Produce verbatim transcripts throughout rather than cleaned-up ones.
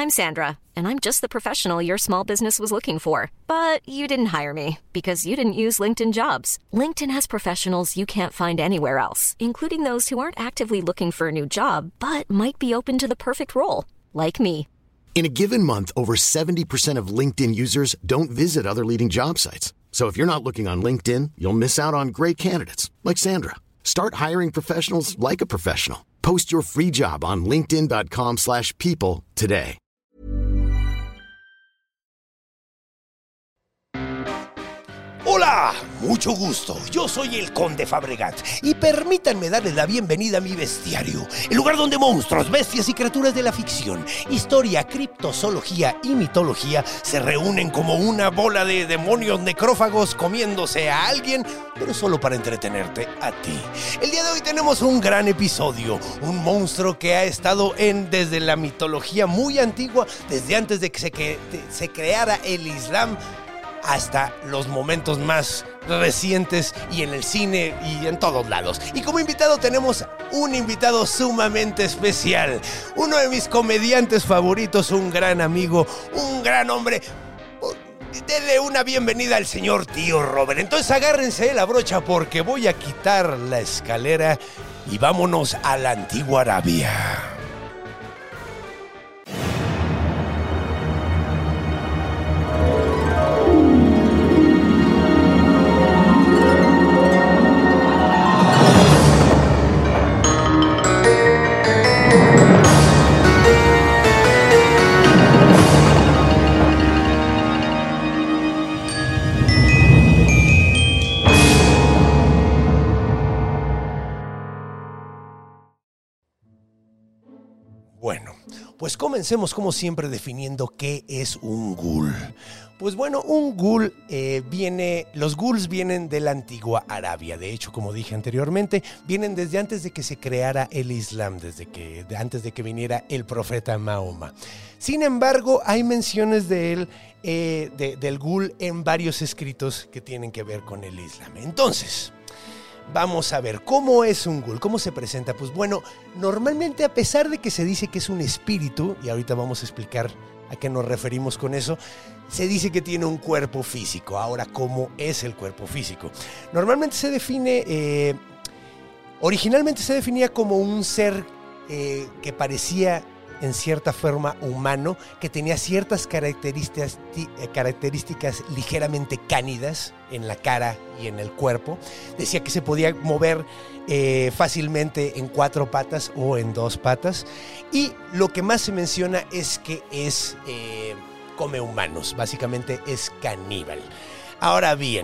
I'm Sandra, and I'm just the professional your small business was looking for. But you didn't hire me because you didn't use LinkedIn Jobs. LinkedIn has professionals you can't find anywhere else, including those who aren't actively looking for a new job, but might be open to the perfect role, like me. In a given month, over seventy percent of LinkedIn users don't visit other leading job sites. So if you're not looking on LinkedIn, you'll miss out on great candidates like Sandra. Start hiring professionals like a professional. Post your free job on linkedin.com slash people today. Hola, mucho gusto. Yo soy el Conde Fabregat y permítanme darles la bienvenida a mi bestiario, el lugar donde monstruos, bestias y criaturas de la ficción, historia, criptozoología y mitología se reúnen como una bola de demonios necrófagos comiéndose a alguien, pero solo para entretenerte a ti. El día de hoy tenemos un gran episodio, un monstruo que ha estado en desde la mitología muy antigua, desde antes de que se, que, se creara el Islam, hasta los momentos más recientes y en el cine y en todos lados. Y como invitado tenemos un invitado sumamente especial, uno de mis comediantes favoritos, un gran amigo, un gran hombre. Denle una bienvenida al señor Tío Robert. Entonces agárrense la brocha porque voy a quitar la escalera y vámonos a la antigua Arabia. Bueno, pues comencemos como siempre definiendo qué es un ghoul. Pues bueno, un ghoul eh, viene, los ghouls vienen de la antigua Arabia. De hecho, como dije anteriormente, vienen desde antes de que se creara el Islam, desde que, de, antes de que viniera el profeta Mahoma. Sin embargo, hay menciones de él, eh, de, del ghoul en varios escritos que tienen que ver con el Islam. Entonces, vamos a ver, ¿cómo es un ghoul? ¿Cómo se presenta? Pues bueno, normalmente a pesar de que se dice que es un espíritu, y ahorita vamos a explicar a qué nos referimos con eso, se dice que tiene un cuerpo físico. Ahora, ¿cómo es el cuerpo físico? Normalmente se define, eh, originalmente se definía como un ser eh, que parecía en cierta forma humano, que tenía ciertas características, características ligeramente cánidas en la cara y en el cuerpo. Decía que se podía mover eh, fácilmente en cuatro patas o en dos patas. Y lo que más se menciona es que es eh, come humanos, básicamente es caníbal. Ahora bien,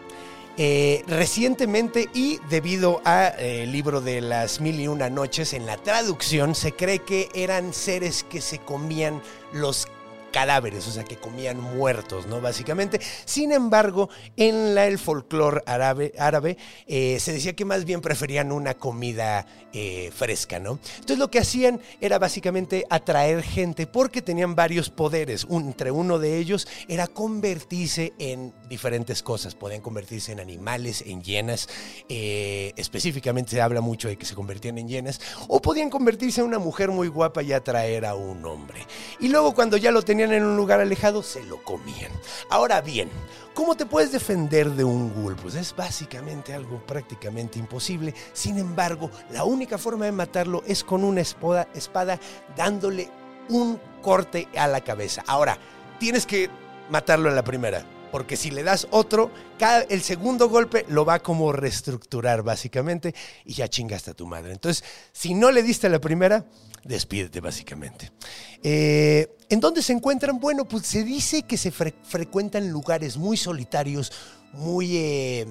Eh, recientemente y debido al eh, libro de las mil y una noches, en la traducción se cree que eran seres que se comían los cadáveres, o sea, que comían muertos, ¿no? Básicamente. Sin embargo, en la, el folclore árabe, árabe eh, se decía que más bien preferían una comida eh, fresca, ¿no? Entonces lo que hacían era básicamente atraer gente porque tenían varios poderes. Un, entre uno de ellos era convertirse en diferentes cosas. Podían convertirse en animales, en hienas. Eh, específicamente se habla mucho de que se convertían en hienas. O podían convertirse en una mujer muy guapa y atraer a un hombre. Y luego cuando ya lo tenían en un lugar alejado, se lo comían. Ahora bien, ¿cómo te puedes defender de un ghoul? Pues es básicamente algo prácticamente imposible. Sin embargo, la única forma de matarlo es con una espada, espada dándole un corte a la cabeza. Ahora, tienes que matarlo en la primera, porque si le das otro, cada, el segundo golpe lo va como reestructurar básicamente y ya chingaste a tu madre. Entonces, si no le diste la primera, despídete básicamente. Eh, ¿En dónde se encuentran? Bueno, pues se dice que se fre- frecuentan lugares muy solitarios, muy eh,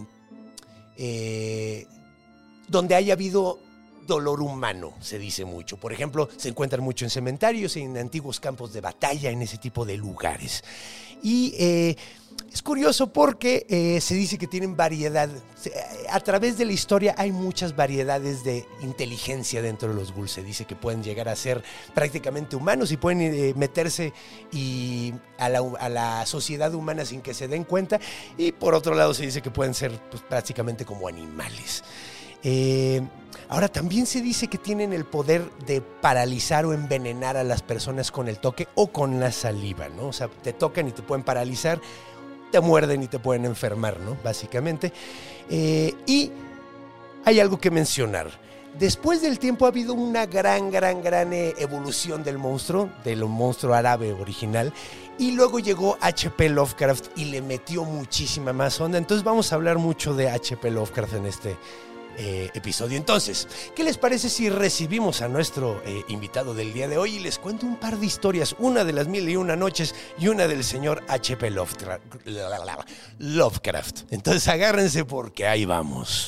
eh, donde haya habido dolor humano, se dice mucho. Por ejemplo, se encuentran mucho en cementerios, en antiguos campos de batalla, en ese tipo de lugares. Y eh, es curioso porque eh, se dice que tienen variedad. A través de la historia hay muchas variedades de inteligencia dentro de los ghouls. Se dice que pueden llegar a ser prácticamente humanos y pueden eh, meterse y a, la, a la sociedad humana sin que se den cuenta. Y por otro lado se dice que pueden ser pues, prácticamente como animales. Eh, ahora, también se dice que tienen el poder de paralizar o envenenar a las personas con el toque o con la saliva, ¿no? O sea, te tocan y te pueden paralizar, te muerden y te pueden enfermar, ¿no? Básicamente. Eh, y hay algo que mencionar. Después del tiempo ha habido una gran, gran, gran eh, evolución del monstruo, del monstruo árabe original, y luego llegó H P Lovecraft y le metió muchísima más onda. Entonces vamos a hablar mucho de H P Lovecraft en este eh, episodio. Entonces, ¿qué les parece si recibimos a nuestro eh, invitado del día de hoy y les cuento un par de historias? Una de las mil y una noches y una del señor H P Lovecraft. Entonces agárrense porque ahí vamos.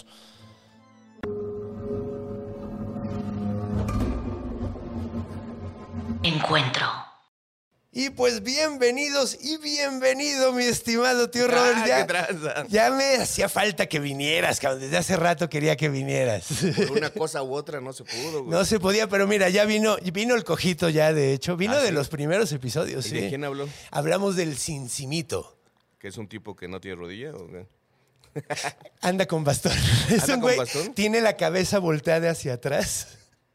Encuentro. Y pues bienvenidos y bienvenido, mi estimado tío Ah, Robert. qué Ya, tranza. ya me hacía falta que vinieras, cabrón. Desde hace rato quería que vinieras. Por una cosa u otra no se pudo, güey. No se podía, pero mira, ya vino, vino el cojito ya, de hecho. Vino ¿Ah, de sí? los primeros episodios, ¿Y sí. de quién habló? Hablamos del cincimito. ¿Que es un tipo que no tiene rodilla o qué? Anda con bastón. Es ¿Anda un con güey, bastón? tiene la cabeza volteada hacia atrás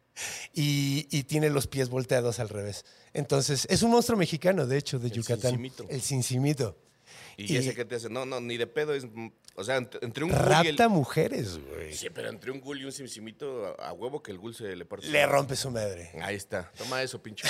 y, y tiene los pies volteados al revés. Entonces, es un monstruo mexicano, de hecho, de El Yucatán. cincimito. El cincimito. ¿Y, Y- ese que te hace? No, no, ni de pedo es... O sea, ent- entre un ghoul y el... Rapta mujeres, güey. Sí, pero entre un ghoul y un simsimito, a, a huevo que el ghoul se le parte. su Le madre. rompe su madre. Ahí está. Toma eso, pinche.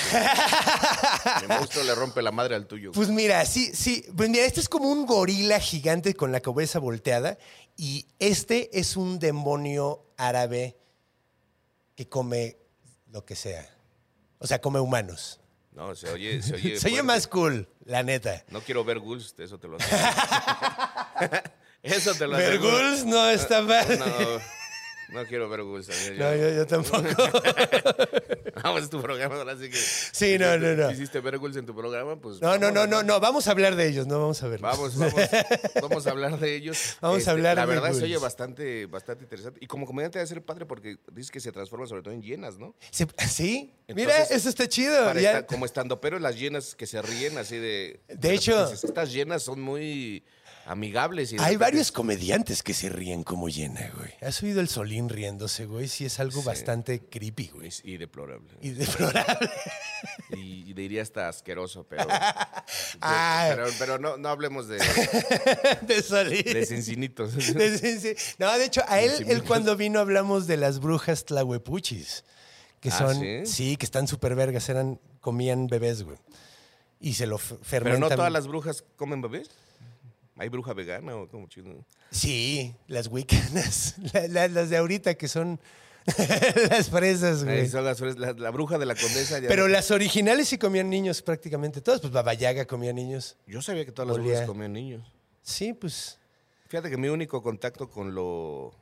Mi monstruo le rompe la madre al tuyo. Pues mira, sí, sí. Pues mira, este es como un gorila gigante con la cabeza volteada. Y este es un demonio árabe que come lo que sea. O sea, come humanos. No, se oye... Se oye, Se oye fuerte. más cool, la neta. No quiero ver ghouls, eso te lo aseguro. Eso te lo Ver aseguro. ghouls no está mal. No, no quiero ver ghouls. amigo. No, yo, yo tampoco. Vamos, es tu programa, ahora sí que... Sí, no, no, no. ¿Hiciste ver ghouls en tu programa? Pues No, no, vamos, no, no, no. Vamos a hablar de ellos, no vamos a verlos. Vamos, vamos, vamos a hablar de ellos. Este, Vamos a hablar La de verdad, se ghouls. oye bastante, bastante interesante. Y como comediante debe ser padre porque dices que se transforman sobre todo en hienas, ¿no? Se- ¿Sí? Mira, Entonces, eso está chido. Para ya. esta- como estando, pero las hienas que se ríen así de... De hecho- dices, estas hienas son muy amigables. Y de Hay repente- varios comediantes que se ríen como llena, güey. ¿Has oído el Solín riéndose, güey? Sí, es algo Sí. bastante creepy, güey. Y deplorable. Y deplorable. Y, y diría hasta asqueroso, pero... Ay. pero pero no, no hablemos de, De Solín. de cincinitos. De- sí, sí. No, de hecho, a él, él cuando vino hablamos de las brujas tlahuepuchis. Que ¿Ah, son, sí? sí, que están súper vergas, eran, comían bebés, güey. Y se lo f- fermentan. Pero no todas las brujas comen bebés. ¿Hay bruja vegana o como chido? Sí, las wiccanas. La- la- las de ahorita que son las fresas, Ahí güey. son las flores- la, la bruja de la condesa. ya Pero no- las originales sí comían niños prácticamente todas. Pues Baba Yaga comía niños. Yo sabía que todas las Olía. brujas comían niños. Sí, pues. Fíjate que mi único contacto con lo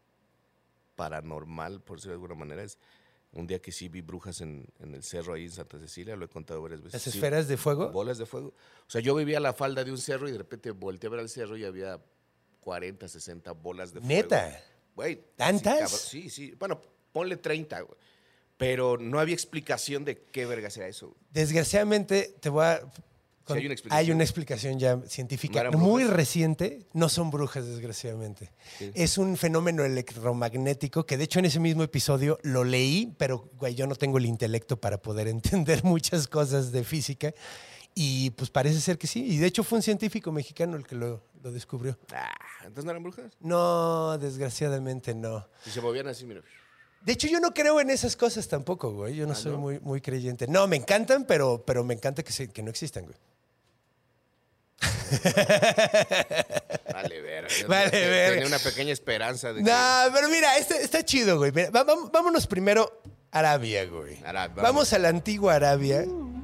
paranormal, por decirlo de alguna manera, es un día que sí vi brujas en, en el cerro ahí en Santa Cecilia, lo he contado varias veces. Las Sí, esferas de fuego. bolas de fuego. O sea, yo vivía a la falda de un cerro y de repente volteé a ver al cerro y había cuarenta, sesenta bolas de fuego. ¿Neta? Güey. ¿Tantas? Sí, cabrón. Sí, sí. Bueno, ponle treinta, güey. Pero no había explicación de qué verga era eso. Desgraciadamente, te voy a. Sí, hay una explicación. hay una explicación ya científica ¿No eran muy brujas? reciente. No son brujas, desgraciadamente. Sí. Es un fenómeno electromagnético que, de hecho, en ese mismo episodio lo leí, pero güey, yo no tengo el intelecto para poder entender muchas cosas de física. Y pues parece ser que sí. Y de hecho fue un científico mexicano el que lo, lo descubrió. Ah, ¿entonces no eran brujas? No, desgraciadamente no. Si se movían así, mira. De hecho, yo no creo en esas cosas tampoco, güey. Yo no ¿Ah, soy no? muy, muy creyente. No, me encantan, pero, pero me encanta que, se- que no existan, güey. Vale, verga. Yo Vale, tenía- verga. Tenía una pequeña esperanza de que... No, pero mira, este, está chido, güey. Mira, va- vam- vámonos primero a Arabia, güey. Arabia, vamos. vamos. a la antigua Arabia.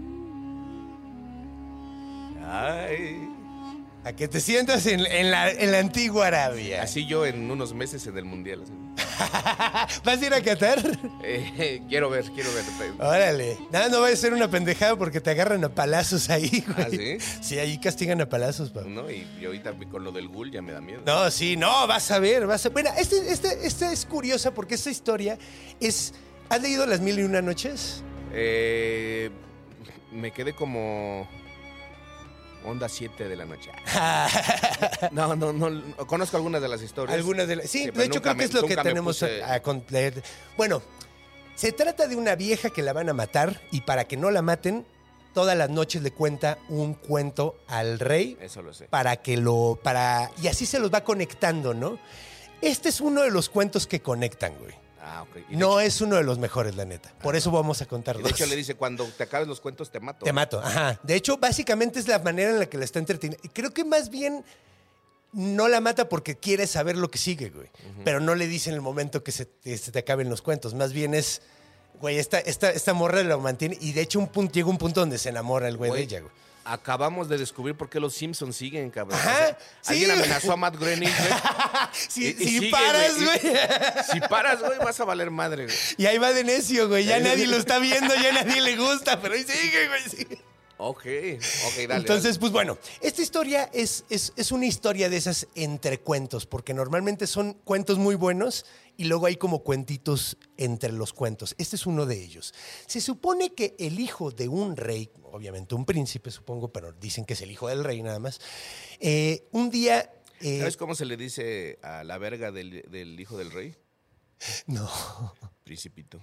Ay. A que te sientas en, en la, en la antigua Arabia. Así yo en unos meses en el mundial. así. ¿Vas a ir a Qatar? Eh, quiero ver, quiero ver. Órale. Nada, no va a ser una pendejada porque te agarran a palazos ahí, güey. ¿Ah, sí? Sí, ahí castigan a palazos, papá. No, y, y ahorita con lo del ghoul ya me da miedo. No, sí, no, vas a ver, vas a Bueno, este, este, esta es curiosa porque esta historia es... ¿Has leído Las Mil y Una Noches? Eh, me quedé como... Onda siete de la noche. No, no, no. Conozco algunas de las historias. Algunas de las... Sí, Sí, de pero hecho nunca creo que me- es lo que nunca me tenemos puse- a, a completar. Bueno, se trata de una vieja que la van a matar y para que no la maten, todas las noches le cuenta un cuento al rey Eso lo sé. para que lo... para y así se los va conectando, ¿no? Este es uno de los cuentos que conectan, güey. Ah, ok. Y de No hecho- es uno de los mejores, la neta. Por eso vamos a contar y dos. de hecho le dice, cuando te acabes los cuentos te mato. Te mato, ajá. De hecho, básicamente es la manera en la que la está entreteniendo. Creo que más bien no la mata porque quiere saber lo que sigue, güey. Pero no le dice en el momento que se, que se te acaben los cuentos. Más bien es, güey, esta, esta, esta morra lo mantiene. Y de hecho un punto, llega un punto donde se enamora el güey de Güey, ella, güey. Acabamos de descubrir por qué los Simpsons siguen, cabrón. Ajá, O sea, sí, alguien güey. amenazó a Matt Groening, güey. Si, Y- y si sigue, paras, güey, güey. y- Si paras, güey, vas a valer madre, güey. Y ahí va de necio, güey. Ya nadie lo está viendo, ya nadie le gusta. Pero ahí sigue, güey, sigue. Ok, ok, dale. Entonces, pues bueno, esta historia es, es, es una historia de esas entre cuentos, porque normalmente son cuentos muy buenos y luego hay como cuentitos entre los cuentos. Este es uno de ellos. Se supone que el hijo de un rey, obviamente un príncipe, supongo, pero dicen que es el hijo del rey nada más, eh, un día... eh, ¿Sabes cómo se le dice a la verga del, del hijo del rey? no. Principito.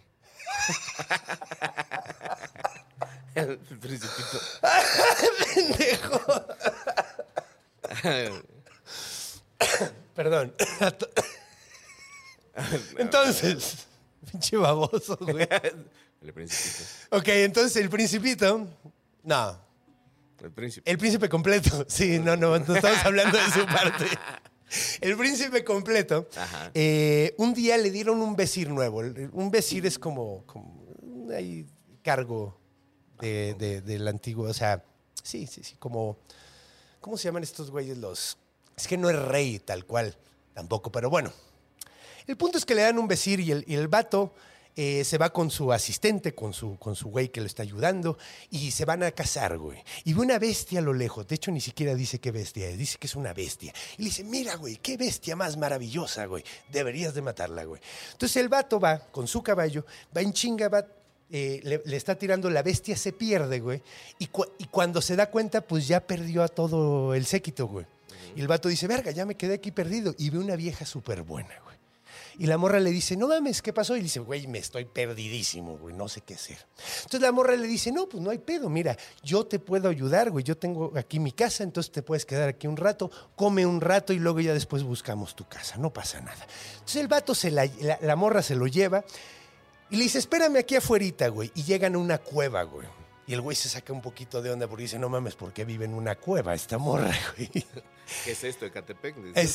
El principito. Pendejo. Perdón. Entonces, pinche baboso, güey. El principito. Ok, entonces el principito... No, El príncipe. el príncipe completo. Sí, no, no, no estamos hablando de su parte. El príncipe completo. Ajá. eh, un día le dieron un vesir nuevo. Un vesir es como, como un ahí cargo de, de- del antiguo. O sea, sí, sí, sí, como... ¿Cómo se llaman estos güeyes los...? Es que no es rey tal cual, tampoco, pero bueno. El punto es que le dan un vesir y el, y el vato eh, se va con su asistente, con su, con su güey que le está ayudando, y se van a cazar, güey. Y ve una bestia a lo lejos. De hecho, ni siquiera dice qué bestia es, dice que es una bestia. Y le dice, mira, güey, qué bestia más maravillosa, güey. Deberías de matarla, güey. Entonces el vato va con su caballo, va en chinga, va... eh, le, le está tirando, la bestia se pierde, güey. Y, cu- y cuando se da cuenta, pues ya perdió a todo el séquito, güey. Y el vato dice, verga, ya me quedé aquí perdido. Y ve una vieja súper buena, güey. Y la morra le dice, no mames, ¿qué pasó? Y le dice, güey, me estoy perdidísimo, güey, no sé qué hacer. Entonces la morra le dice, no, pues no hay pedo, mira, yo te puedo ayudar, güey, yo tengo aquí mi casa, entonces te puedes quedar aquí un rato, come un rato y luego ya después buscamos tu casa, no pasa nada. Entonces el vato, se la, la, la morra se lo lleva y le dice, espérame aquí afuerita, güey. Y llegan a una cueva, güey. Y el güey se saca un poquito de onda porque dice, no mames, ¿por qué vive en una cueva esta morra, güey? ¿Qué es esto, Ecatepec?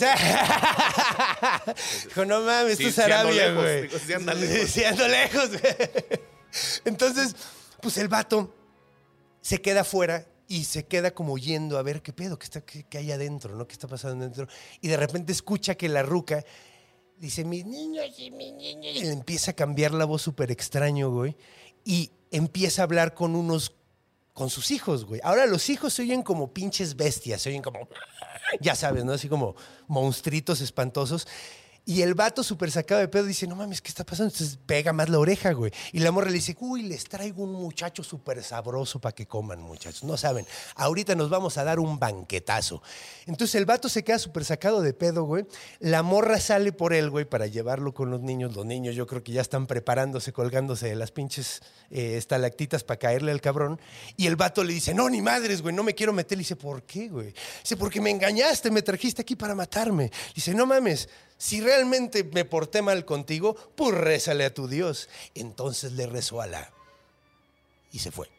Exacto. Dijo, no mames, Sí, esto es sí ando Arabia, lejos, güey. digo, sí anda Sí, lejos. sí ando lejos, güey. Entonces, pues el vato se queda afuera y se queda como oyendo a ver qué pedo, qué, está, qué, qué hay adentro, ¿no? ¿Qué está pasando adentro? Y de repente escucha que la ruca dice, mis niños y mis niños. Y le empieza a cambiar la voz súper extraño, güey. Y empieza a hablar con unos, con sus hijos, güey. Ahora los hijos se oyen como pinches bestias, se oyen como, ya sabes, ¿no? Así como monstruitos espantosos. Y el vato súper sacado de pedo dice, no mames, ¿qué está pasando? Entonces pega más la oreja, güey. Y la morra le dice, uy, les traigo un muchacho súper sabroso para que coman, muchachos. No saben, ahorita nos vamos a dar un banquetazo. Entonces el vato se queda súper sacado de pedo, güey. La morra sale por él, güey, para llevarlo con los niños. Los niños yo creo que ya están preparándose, colgándose de las pinches eh, estalactitas para caerle al cabrón. Y el vato le dice, no, ni madres, güey, no me quiero meter. Le dice, ¿por qué, güey? Dice, porque me engañaste, me trajiste aquí para matarme. Dice, no mames. Si realmente me porté mal contigo, pues rézale a tu Dios. Entonces le rezó a Alá. Y se fue.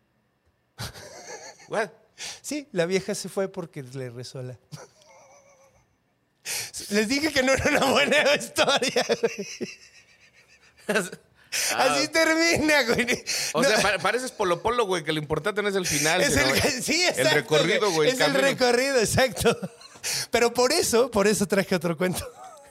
What? Sí, la vieja se fue porque le rezó a Alá. Les dije que no era una buena historia, güey. Así termina, güey. O No, sea, pa- pareces Polo Polo, güey, que lo importante no es el final. es sino el, el, sí, exacto, el recorrido, güey. Es el camino. recorrido, exacto. Pero por eso, por eso traje otro cuento.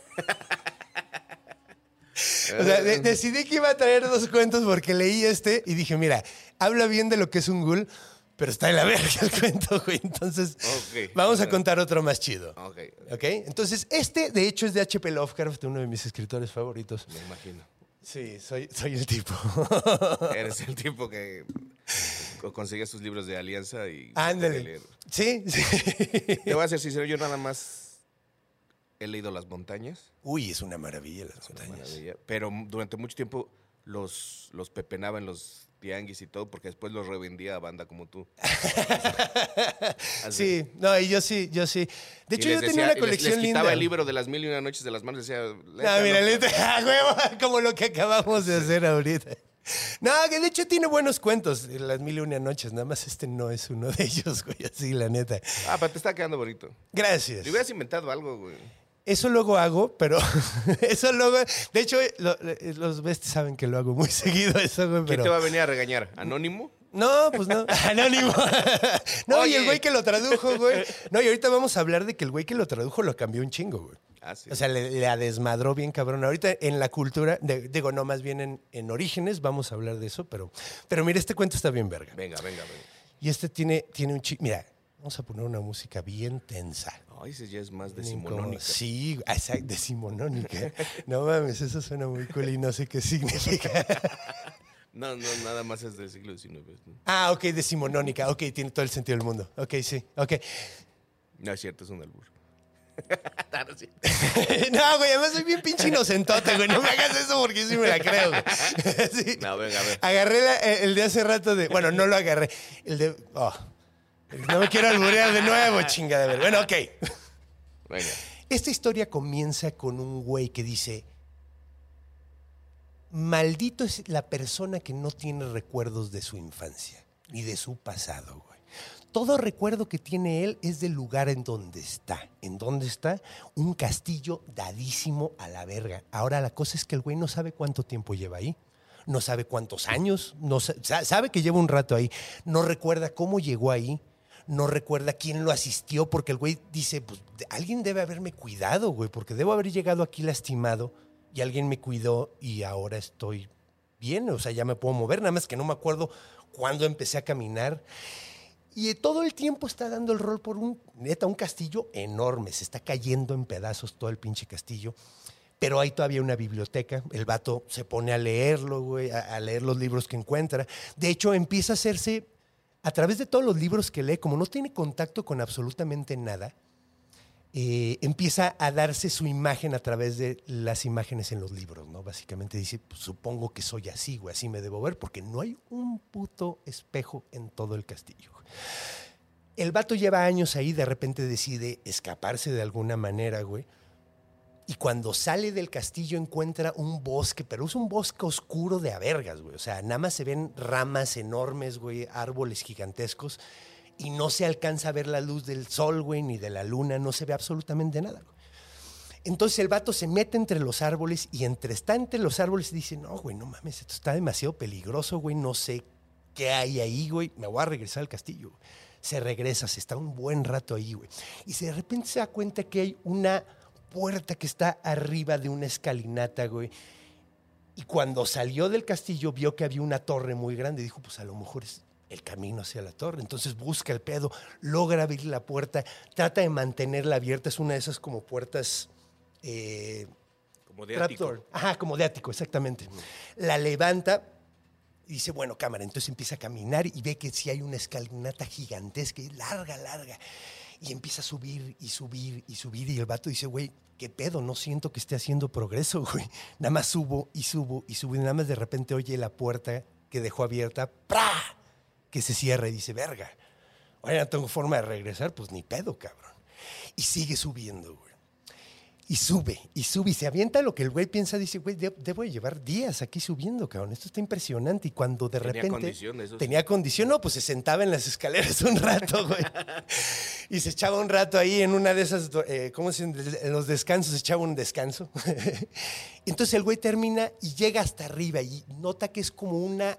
O sea, de- decidí que iba a traer dos cuentos porque leí este y dije, mira, habla bien de lo que es un ghoul, pero está en la verga el cuento, güey. Entonces, Ok. vamos a contar otro más chido. Ok, ¿Ok? Entonces, este, de hecho, es de H P Lovecraft, uno de mis escritores favoritos. me imagino. Sí, soy, soy el tipo. Eres el tipo que... o conseguías sus libros de Alianza y... Ándale. Sí, sí. Te voy a ser sincero, yo nada más he leído Las Montañas. Uy, es una maravilla Las Es una Montañas. maravilla. Pero durante mucho tiempo los, los pepenaba en los tianguis y todo, porque después los revendía a banda como tú. Sí, no, y yo sí, yo sí. De hecho, Y yo les tenía decía- una colección les, les quitaba linda. el libro de Las Mil y Una Noches de las manos y decía... No, mira, léetelo. letra, ¡ah, huevo! Como lo que acabamos de hacer ahorita. No, que de hecho tiene buenos cuentos, Las Mil y Una Noches, nada más este no es uno de ellos, güey, así, la neta. Ah, pero te está quedando bonito. Gracias. Te hubieras inventado algo, güey. Eso luego hago, pero eso luego, de hecho, lo- los besties saben que lo hago muy seguido, eso, güey, ¿Quién pero... te va a venir a regañar? ¿Anónimo? No, pues no, anónimo. No, y Oye. el güey que lo tradujo, güey. No, y ahorita vamos a hablar de que el güey que lo tradujo lo cambió un chingo, güey. Ah, sí. O sea, le, le desmadró bien cabrón. Ahorita en la cultura, de- digo, no, más bien en, en Orígenes, vamos a hablar de eso, pero, pero mira, este cuento está bien verga. Venga, venga, venga. Y este tiene, tiene un chico. Mira, vamos a poner una música bien tensa. Ay, ese ya es más Bien como- decimonónica. Sí, exacto, decimonónica. No mames, eso suena muy cool y no sé qué significa. No, no, nada más es del siglo diecinueve. ¿no? Ah, ok, decimonónica. Ok, tiene todo el sentido del mundo. Ok, sí, ok. No es cierto, es un albur. No, sí. No, güey, además soy bien pinche inocentote, güey. No me hagas eso porque sí me la creo, güey. Sí. No, venga, a ver. Agarré la- el de hace rato de... Bueno, no lo agarré. El de... Oh, no me quiero alburear de nuevo, chingada. ver. Bueno, ok. Venga. Esta historia comienza con un güey que dice... Maldito es la persona que no tiene recuerdos de su infancia, ni de su pasado, güey. Todo recuerdo que tiene él es del lugar en donde está. ¿En dónde está? Un castillo dadísimo a la verga. Ahora la cosa es que el güey no sabe cuánto tiempo lleva ahí. No sabe cuántos años. No sa- sabe que lleva un rato ahí. No recuerda cómo llegó ahí. No recuerda quién lo asistió porque el güey dice, pues alguien debe haberme cuidado, güey, porque debo haber llegado aquí lastimado y alguien me cuidó y ahora estoy bien, o sea, ya me puedo mover, nada más que no me acuerdo cuándo empecé a caminar. Y todo el tiempo está dando el rol por un, neta, un castillo enorme. Se está cayendo en pedazos todo el pinche castillo. Pero hay todavía una biblioteca. El vato se pone a leerlo, güey, a, a leer los libros que encuentra. De hecho, empieza a hacerse, a través de todos los libros que lee, como no tiene contacto con absolutamente nada, eh, empieza a darse su imagen a través de las imágenes en los libros, ¿no? Básicamente dice, pues, supongo que soy así, güey, así me debo ver, porque no hay un puto espejo en todo el castillo. El vato lleva años ahí, de repente decide escaparse de alguna manera, güey. Y cuando sale del castillo encuentra un bosque, pero es un bosque oscuro de a vergas, güey. O sea, nada más se ven ramas enormes, güey, árboles gigantescos. Y no se alcanza a ver la luz del sol, güey, ni de la luna, no se ve absolutamente nada, güey. Entonces el vato se mete entre los árboles y entre está entre los árboles y dice, no, güey, no mames, esto está demasiado peligroso, güey, no sé qué hay ahí, güey, me voy a regresar al castillo, güey. Se regresa, se está un buen rato ahí, güey. Y de repente se da cuenta que hay una puerta que está arriba de una escalinata, güey. Y cuando salió del castillo vio que había una torre muy grande y dijo, pues a lo mejor es el camino hacia la torre. Entonces busca el pedo, logra abrir la puerta, trata de mantenerla abierta. Es una de esas como puertas... Eh, Como de ático. trapdoor. Ajá, como de ático, exactamente. La levanta y dice, bueno, cámara. Entonces empieza a caminar y ve que sí hay una escalinata gigantesca y larga, larga. Y empieza a subir y subir y subir. Y el vato dice, güey, ¿qué pedo? No siento que esté haciendo progreso, güey. Nada más subo y subo y subo. Y nada más de repente oye la puerta que dejó abierta, ¡pra!, que se cierra y dice, verga. Oye, no tengo forma de regresar. Pues ni pedo, cabrón. Y sigue subiendo, güey. Y sube, y sube, y se avienta lo que el güey piensa, dice, güey, de- debo de llevar días aquí subiendo, cabrón, esto está impresionante. Y cuando de Tenía repente... condición, eso sí. Tenía condición, no, pues se sentaba en las escaleras un rato, güey. Y se echaba un rato ahí en una de esas, eh, ¿cómo se dice? En los descansos, se echaba un descanso. Entonces el güey termina y llega hasta arriba y nota que es como una...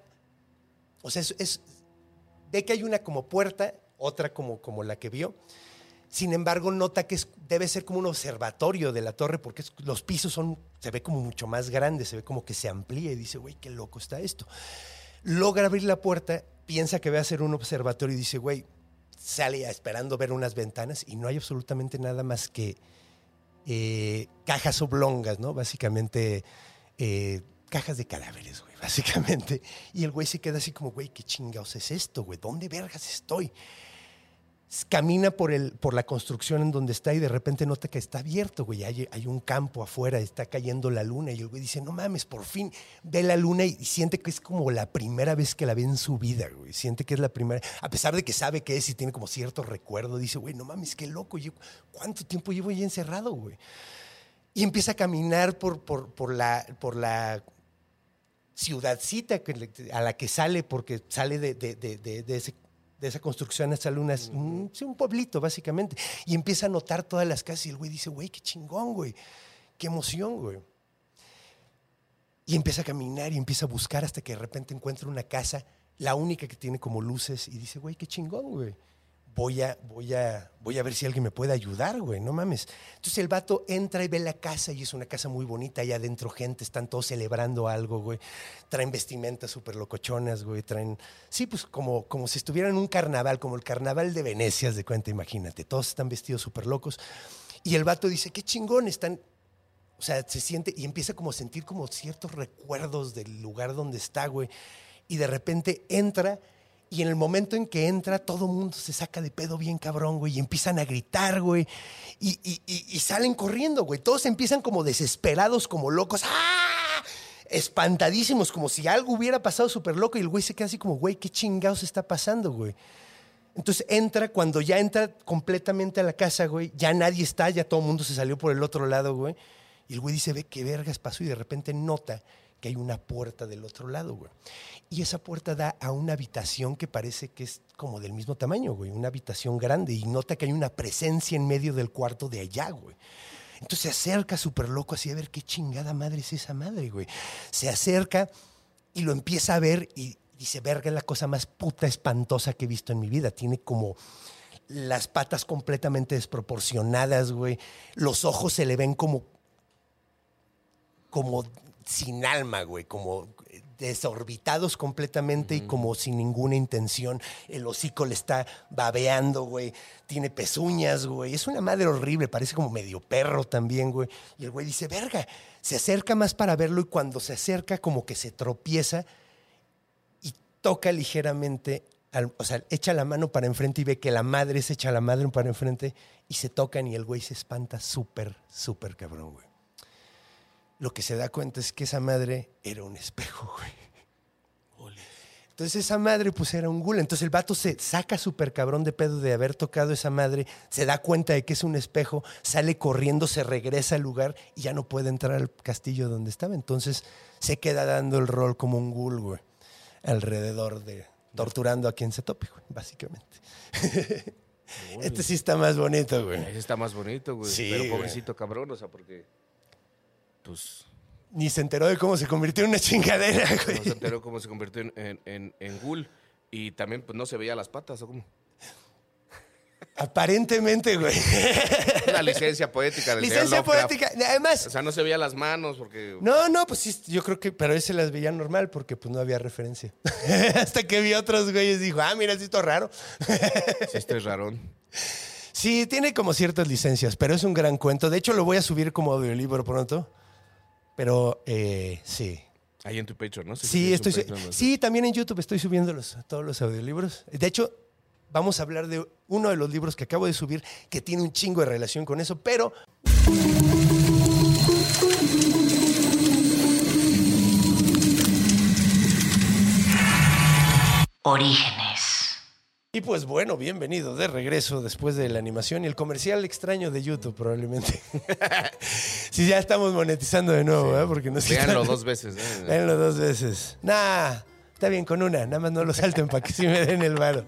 O sea, es, es- ve que hay una como puerta, otra como, como la que vio. Sin embargo, nota que es, debe ser como un observatorio de la torre porque es- los pisos son, se ve como mucho más grande, se ve como que se amplía y dice, güey, qué loco está esto. Logra abrir la puerta, piensa que va a ser un observatorio y dice, güey, sale esperando ver unas ventanas y no hay absolutamente nada más que eh, cajas oblongas, ¿no? Básicamente eh, cajas de cadáveres, güey, básicamente. Y el güey se queda así como, güey, ¿qué chingados es esto, güey? ¿Dónde vergas estoy? Camina por, el, por la construcción en donde está y de repente nota que está abierto, güey. Hay, hay un campo afuera, está cayendo la luna. Y el güey dice, no mames, por fin ve la luna y, y siente que es como la primera vez que la ve en su vida, güey. Siente que es la primera, a pesar de que sabe que es y tiene como cierto recuerdo, dice, güey, no mames, qué loco. Yo, ¿cuánto tiempo llevo ya encerrado, güey? Y empieza a caminar por, por, por, la, por la ciudadcita que, a la que sale, porque sale de, de, de, de, de ese... de esa construcción hasta Luna, es un, sí, un pueblito, básicamente. Y empieza a notar todas las casas y el güey dice, güey, qué chingón, güey. Qué emoción, güey. Y empieza a caminar y empieza a buscar hasta que de repente encuentra una casa, la única que tiene como luces, y dice, güey, qué chingón, güey. Voy a, voy, a, voy a ver si alguien me puede ayudar, güey, no mames. Entonces el vato entra y ve la casa y es una casa muy bonita. Allá adentro gente, están todos celebrando algo, güey. Traen vestimentas súper locochonas, güey. Traen, sí, pues como, como si estuvieran en un carnaval, como el carnaval de Venecia, haz de cuenta, imagínate. Todos están vestidos súper locos. Y el vato dice, qué chingón, están... O sea, se siente y empieza como a sentir como ciertos recuerdos del lugar donde está, güey. Y de repente entra... Y en el momento en que entra, todo el mundo se saca de pedo bien cabrón, güey, y empiezan a gritar, güey, y, y, y, y salen corriendo, güey. Todos empiezan como desesperados, como locos, ¡ah! Espantadísimos, como si algo hubiera pasado súper loco, y el güey se queda así como, güey, ¿qué chingados está pasando, güey? Entonces entra, cuando ya entra completamente a la casa, güey, ya nadie está, ya todo el mundo se salió por el otro lado, güey, y el güey dice, ve qué vergas pasó, y de repente nota que hay una puerta del otro lado, güey. Y esa puerta da a una habitación que parece que es como del mismo tamaño, güey. Una habitación grande. Y nota que hay una presencia en medio del cuarto de allá, güey. Entonces se acerca súper loco así a ver qué chingada madre es esa madre, güey. Se acerca y lo empieza a ver y dice, verga, es la cosa más puta espantosa que he visto en mi vida. Tiene como las patas completamente desproporcionadas, güey. Los ojos se le ven como... como... sin alma, güey, como desorbitados completamente uh-huh. y como sin ninguna intención. El hocico le está babeando, güey. Tiene pezuñas, güey. Es una madre horrible, parece como medio perro también, güey. Y el güey dice, verga, se acerca más para verlo y cuando se acerca como que se tropieza y toca ligeramente, al, o sea, echa la mano para enfrente y ve que la madre se echa la madre para enfrente y se tocan y el güey se espanta súper, súper cabrón, güey. Lo que se da cuenta es que esa madre era un espejo, güey. Entonces esa madre pues era un ghoul. Entonces el vato se saca súper cabrón de pedo de haber tocado esa madre, se da cuenta de que es un espejo, sale corriendo, se regresa al lugar y ya no puede entrar al castillo donde estaba. Entonces se queda dando el rol como un ghoul, güey, alrededor de... torturando a quien se tope, güey, básicamente. Este sí está más bonito, güey. Ese está más bonito, güey. Sí, pero pobrecito cabrón, o sea, porque... Pues... Ni se enteró de cómo se convirtió en una chingadera, güey. No se enteró cómo se convirtió en, en, en, en ghoul. Y también, pues, no se veía las patas, ¿o cómo? Aparentemente, güey. Una licencia poética del Licencia poética. Además... O sea, no se veía las manos porque... No, no, pues sí, yo creo que... Pero ese las veía normal porque pues no había referencia. Hasta que vi otros güeyes y dijo, ah, mira, sí, esto es raro. Sí, esto es rarón. Sí, tiene como ciertas licencias, pero es un gran cuento. De hecho, lo voy a subir como audiolibro pronto. Pero, eh, sí. Ahí en tu Patreon, ¿no? Sí, sí, estoy, Patreon, ¿no? Sí, también en YouTube estoy subiendo los, todos los audiolibros. De hecho, vamos a hablar de uno de los libros que acabo de subir que tiene un chingo de relación con eso, pero... Orígenes. Y pues bueno, bienvenido de regreso después de la animación y el comercial extraño de YouTube probablemente. Sí, ya estamos monetizando de nuevo, sí. ¿eh? Porque no sé. Véanlo dos veces. ¿eh? Véanlo dos veces. Nah, está bien con una, nada más no lo salten para que sí me den el varo.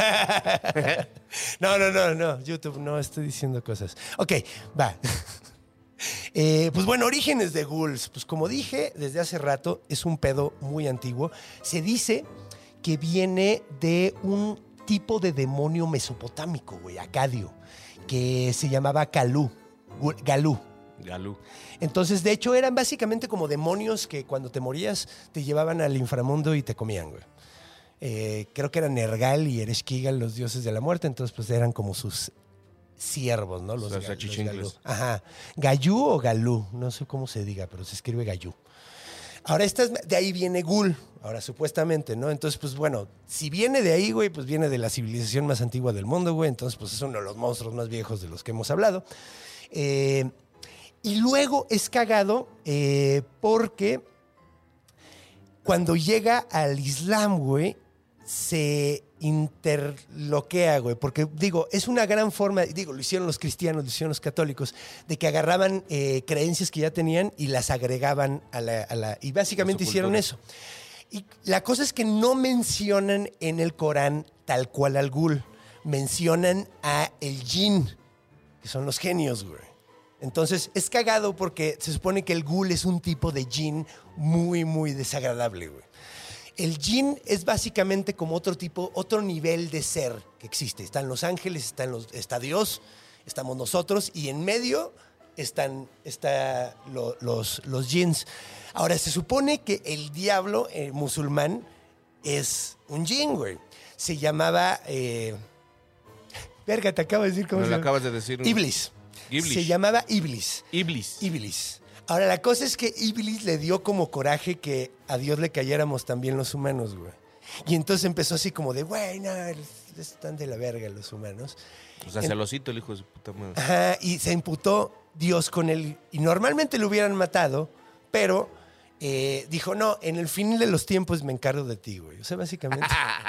No, no, no, no, YouTube, no estoy diciendo cosas. Ok, va. Eh, pues bueno, orígenes de ghouls. Pues como dije desde hace rato, es un pedo muy antiguo. Se dice que viene de un tipo de demonio mesopotámico, güey, acadio, que se llamaba Galú. Galú. Galú. Entonces, de hecho, eran básicamente como demonios que cuando te morías te llevaban al inframundo y te comían, güey. Eh, creo que eran Nergal y Ereshkigal, los dioses de la muerte, entonces pues eran como sus siervos, ¿no? Los, los, ga, los Galú. Ajá. Gayú o Galú, no sé cómo se diga, pero se escribe Gayú. Ahora, esta es- de ahí viene ghoul, ahora supuestamente, ¿no? Entonces, pues bueno, si viene de ahí, güey, pues viene de la civilización más antigua del mundo, güey. Entonces, pues es uno de los monstruos más viejos de los que hemos hablado. Eh, y luego es cagado eh, porque cuando llega al Islam, güey, se interloquea, güey, porque digo, es una gran forma, digo, lo hicieron los cristianos, lo hicieron los católicos, de que agarraban eh, creencias que ya tenían y las agregaban a la... A la y básicamente hicieron eso. Y la cosa es que no mencionan en el Corán tal cual al Ghul, mencionan a el Jinn, que son los genios, güey. Entonces, es cagado porque se supone que el Ghul es un tipo de Jinn muy, muy desagradable, güey. El Jinn es básicamente como otro tipo, otro nivel de ser que existe. Están los ángeles, están los, está Dios, estamos nosotros y en medio están está lo, los, los jinns. Ahora, se supone que el diablo eh, musulmán es un jinn, güey. Se llamaba... Eh... Verga, te acabo de decir cómo Me se lo llama. acabas de decir. Iblis. Iblis. Se llamaba Iblis. Iblis. Iblis. Ahora, la cosa es que Iblis le dio como coraje que a Dios le cayéramos también los humanos, güey. Y entonces empezó así como de, güey, no, están de la verga los humanos. O sea, En- celosito el hijo de su puta madre. Ajá, y se imputó Dios con él. Y normalmente lo hubieran matado, pero eh, dijo, no, en el fin de los tiempos me encargo de ti, güey. O sea, básicamente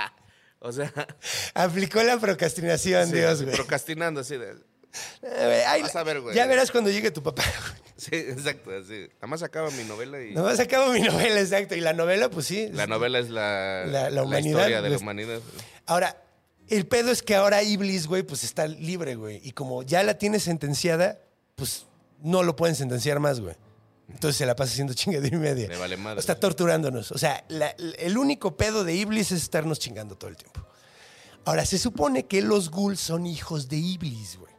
O sea, aplicó la procrastinación, sí, Dios, güey. procrastinando así de... Eh, güey, ay, Vas a ver, güey. Ya verás cuando llegue tu papá, güey. Sí, exacto, así. Nada más acaba mi novela y... Nomás acabo mi novela, exacto. Y la novela, pues sí. La novela es la, La- la humanidad, historia de la pues- humanidad. Ahora, el pedo es que ahora Iblis, güey, pues está libre, güey. Y como ya la tiene sentenciada, pues no lo pueden sentenciar más, güey. Entonces se la pasa haciendo chingadera y media. Le vale madre. Está torturándonos. O sea, la- el único pedo de Iblis es estarnos chingando todo el tiempo. Ahora, se supone que los ghouls son hijos de Iblis, güey.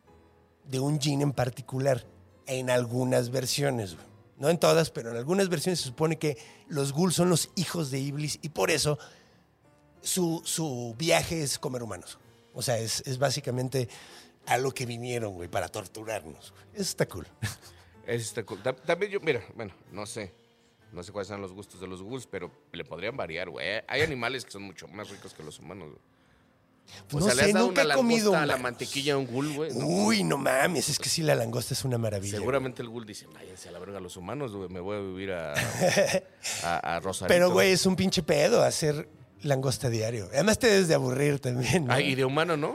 De un jinn en particular. En algunas versiones, güey. No en todas, pero en algunas versiones se supone que los ghouls son los hijos de Iblis y por eso su, su viaje es comer humanos. O sea, es, es básicamente a lo que vinieron, güey, para torturarnos. Güey. Eso está cool. Eso está cool. Ta- También yo, mira, bueno, no sé. No sé cuáles son los gustos de los ghouls, pero le podrían variar, güey. Hay animales que son mucho más ricos que los humanos, güey. O No sea, le sé, has dado nunca una he comido langosta a la una. mantequilla a un ghoul, güey. ¿no? Uy, no mames, es que sí, la langosta es una maravilla. Seguramente el ghoul dice, váyanse a la verga los humanos, güey. Me voy a vivir a, a, a Rosarito. Pero, güey, es un pinche pedo hacer langosta diario. Además te debes de aburrir también, ¿no? Ay, y de humano, ¿no?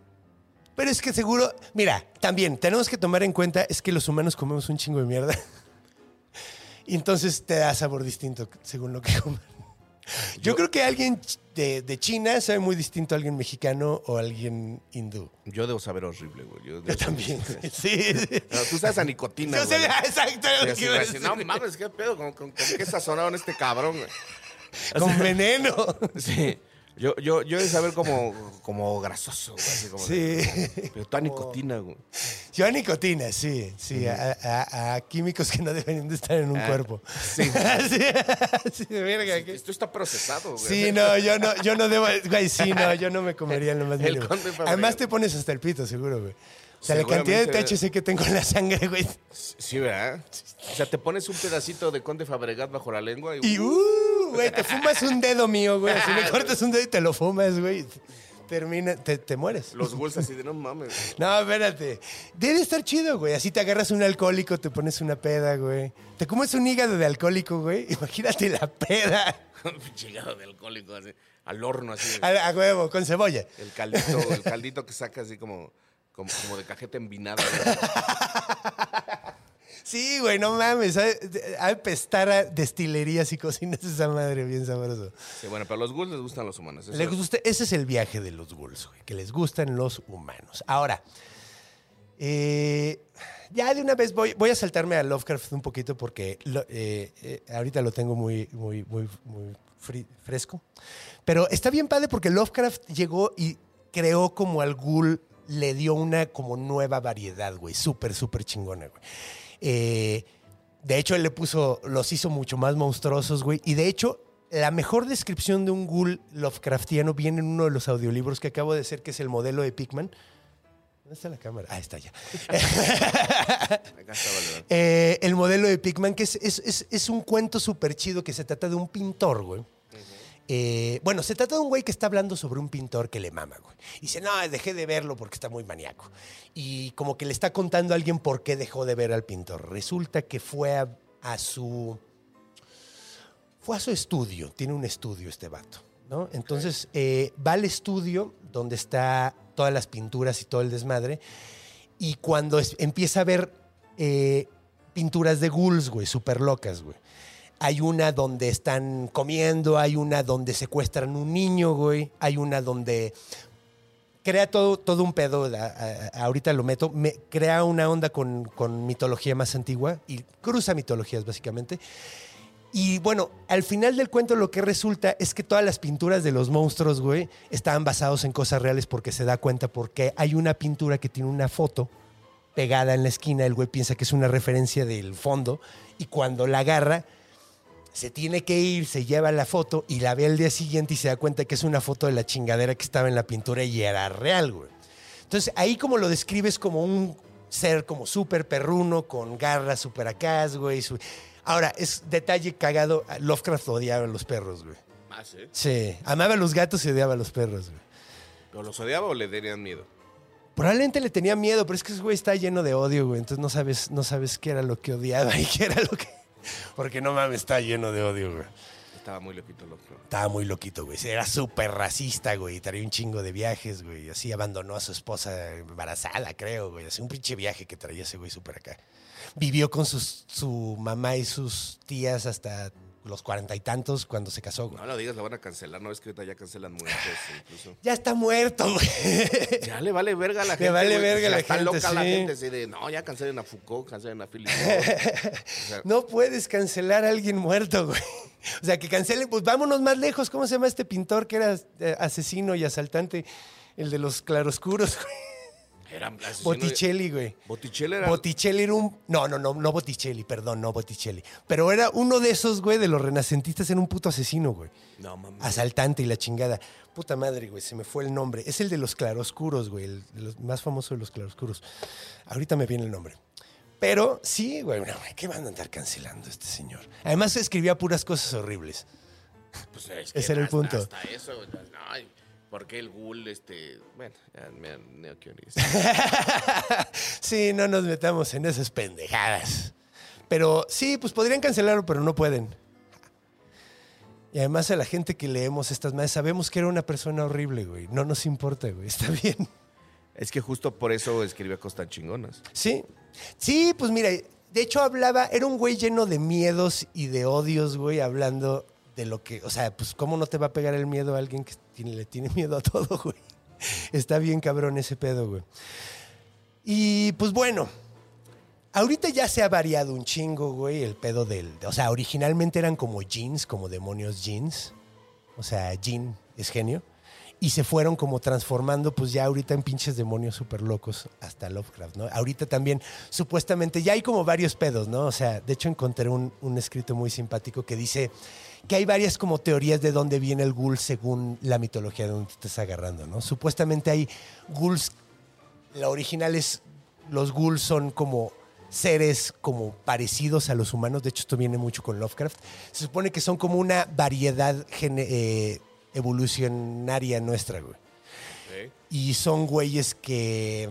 Pero es que seguro... Mira, también tenemos que tomar en cuenta es que los humanos comemos un chingo de mierda. Y entonces te da sabor distinto según lo que coman. Yo, Yo- creo que alguien ch- de, de China sabe muy distinto a alguien mexicano o a alguien hindú. Yo debo saber horrible, güey. Yo, Yo debo también. saber- Sí, sí. No, tú sabes a nicotina, Yo sé, güey. exacto. Sí, lo así, que iba a güey, así, decir. no mames, qué pedo, con, con, con qué sazonaron este cabrón, güey. Con veneno. Sí. Yo, yo, yo de saber como, como grasoso, güey. Así como Sí. de- pero tú a nicotina, güey. Yo a nicotina, sí. Sí, a, a- a químicos que no deben de estar en un Ah, cuerpo. sí. sí, sí, de verga. ¿qué? Esto está procesado, güey. Sí, no, yo no, yo no debo, güey, sí, no, yo no me comería en lo más El mínimo. Conde Fabregat. Además te pones hasta el pito, seguro, güey. O sea, la cantidad de T Seguramente. H C que tengo en la sangre, güey. Sí, ¿verdad? O sea, te pones un pedacito de Conde Fabregat bajo la lengua y... Y, uh, güey, te fumas un dedo mío, güey. Si me cortas un dedo y te lo fumas, güey, termina, te, te mueres. Los ghouls así de no mames. No, espérate. Debe estar chido, güey. Así te agarras un alcohólico, te pones una peda, güey. Te comes un hígado de alcohólico, güey. Imagínate la peda. Chingado de alcohólico, así. Al horno, así. A, a huevo, con cebolla. El caldito, el caldito que saca así como, como, como de cajeta envinada. güey. Sí, güey, no mames. A pestar a destilerías y cocinas esa madre bien sabroso. Sí, bueno, pero a los ghouls les gustan los humanos. Eso- Les gusta- ese es el viaje de los ghouls, güey, que les gustan los humanos. Ahora, eh, ya de una vez voy, voy a saltarme a Lovecraft un poquito porque lo- eh, eh, ahorita lo tengo muy, muy, muy, muy fri- fresco. Pero está bien padre porque Lovecraft llegó y creó como al ghoul, le dio una como nueva variedad, güey, súper, súper chingona, güey. Eh, de hecho, él le puso, los hizo mucho más monstruosos, güey. Y de hecho, la mejor descripción de un ghoul Lovecraftiano viene en uno de los audiolibros que acabo de hacer, que es el modelo de Pickman. ¿Dónde está la cámara? Ah, está ya. Acá estaba, eh, el modelo de Pigman, que es, es, es, es un cuento súper chido que se trata de un pintor, güey. Uh-huh. Eh, bueno, se trata de un güey que está hablando sobre un pintor que le mama, güey. Y dice, no, dejé de verlo porque está muy maníaco. Y como que le está contando a alguien por qué dejó de ver al pintor. Resulta que fue a, a su... Fue a su estudio. Tiene un estudio este vato, ¿no? Entonces, eh, va al estudio donde está todas las pinturas y todo el desmadre. Y cuando es, empieza a ver eh, pinturas de ghouls, güey, súper locas, güey. Hay una donde están comiendo, hay una donde secuestran un niño, güey. Hay una donde crea todo, todo un pedo, a, a, ahorita lo meto, me, crea una onda con, con mitología más antigua y cruza mitologías, básicamente. Y bueno, al final del cuento lo que resulta es que todas las pinturas de los monstruos, güey, estaban basados en cosas reales porque se da cuenta porque hay una pintura que tiene una foto pegada en la esquina, el güey piensa que es una referencia del fondo y cuando la agarra se tiene que ir, se lleva la foto y la ve al día siguiente y se da cuenta que es una foto de la chingadera que estaba en la pintura y era real, güey. Entonces ahí como lo describes como un ser como súper perruno con garras súper acá, güey, su... Ahora, es detalle cagado, Lovecraft odiaba a los perros, güey. ¿Ah, sí? Sí, amaba a los gatos y odiaba a los perros, güey. ¿Pero los odiaba o le tenían miedo? Probablemente le tenía miedo, pero es que ese güey está lleno de odio, güey. Entonces no sabes, no sabes qué era lo que odiaba y qué era lo que... Porque no mames, está lleno de odio, güey. Estaba muy loquito, Lovecraft. Estaba muy loquito, güey. Era súper racista, güey. Traía un chingo de viajes, güey. Así abandonó a su esposa embarazada, creo, güey. Así un pinche viaje que traía ese güey súper acá. Vivió con sus, su mamá y sus tías hasta los cuarenta y tantos cuando se casó, güey. No lo digas, la van a cancelar. No, es que ahorita ya cancelan muertos incluso. Ya está muerto, güey. Ya le vale verga a la gente. Le vale güey. verga a la está gente, loca sí. la gente. Así de, no, ya cancelen a Foucault, cancelen a Philip. O sea, no puedes cancelar a alguien muerto, güey. O sea, que cancelen, pues vámonos más lejos. ¿Cómo se llama este pintor que era asesino y asaltante? El de los claroscuros, güey. Era Botticelli, güey. Botticelli era... Botticelli era un... No, no, no, no Botticelli, perdón, no Botticelli. Pero era uno de esos, güey, de los renacentistas, era un puto asesino, güey. No, mami. Asaltante y la chingada. Puta madre, güey, se me fue el nombre. Es el de los claroscuros, güey, el de los más famoso de los claroscuros. Ahorita me viene el nombre. Pero sí, güey, no, ¿qué van a andar cancelando este señor? Además escribía puras cosas horribles. Pues es que ese era el hasta, punto. Hasta eso, no, ¿por qué el ghoul, este... Bueno, ya me no quiero ni Sí, no nos metamos en esas pendejadas. Pero sí, pues podrían cancelarlo, pero no pueden. Y además a la gente que leemos estas madres sabemos que era una persona horrible, güey. No nos importa, güey. Está bien. Es que justo por eso escribía cosas tan chingonas. Sí. Sí, pues mira, de hecho hablaba... Era un güey lleno de miedos y de odios, güey, hablando... de lo que, o sea, pues cómo no te va a pegar el miedo a alguien que tiene, le tiene miedo a todo, güey. Está bien cabrón ese pedo, güey. Y pues bueno, ahorita ya se ha variado un chingo, güey, el pedo del... O sea, originalmente eran como jeans, como demonios jeans. O sea, Jin es genio. Y se fueron como transformando, pues ya ahorita en pinches demonios súper locos, hasta Lovecraft, ¿no? Ahorita también, supuestamente, ya hay como varios pedos, ¿no? O sea, de hecho encontré un, un escrito muy simpático que dice que hay varias como teorías de dónde viene el ghoul según la mitología de donde te estás agarrando, ¿no? Supuestamente hay ghouls, la original es, los ghouls son como seres como parecidos a los humanos, de hecho esto viene mucho con Lovecraft, se supone que son como una variedad gene, eh, evolucionaria nuestra, güey. ¿Sí? Y son güeyes que...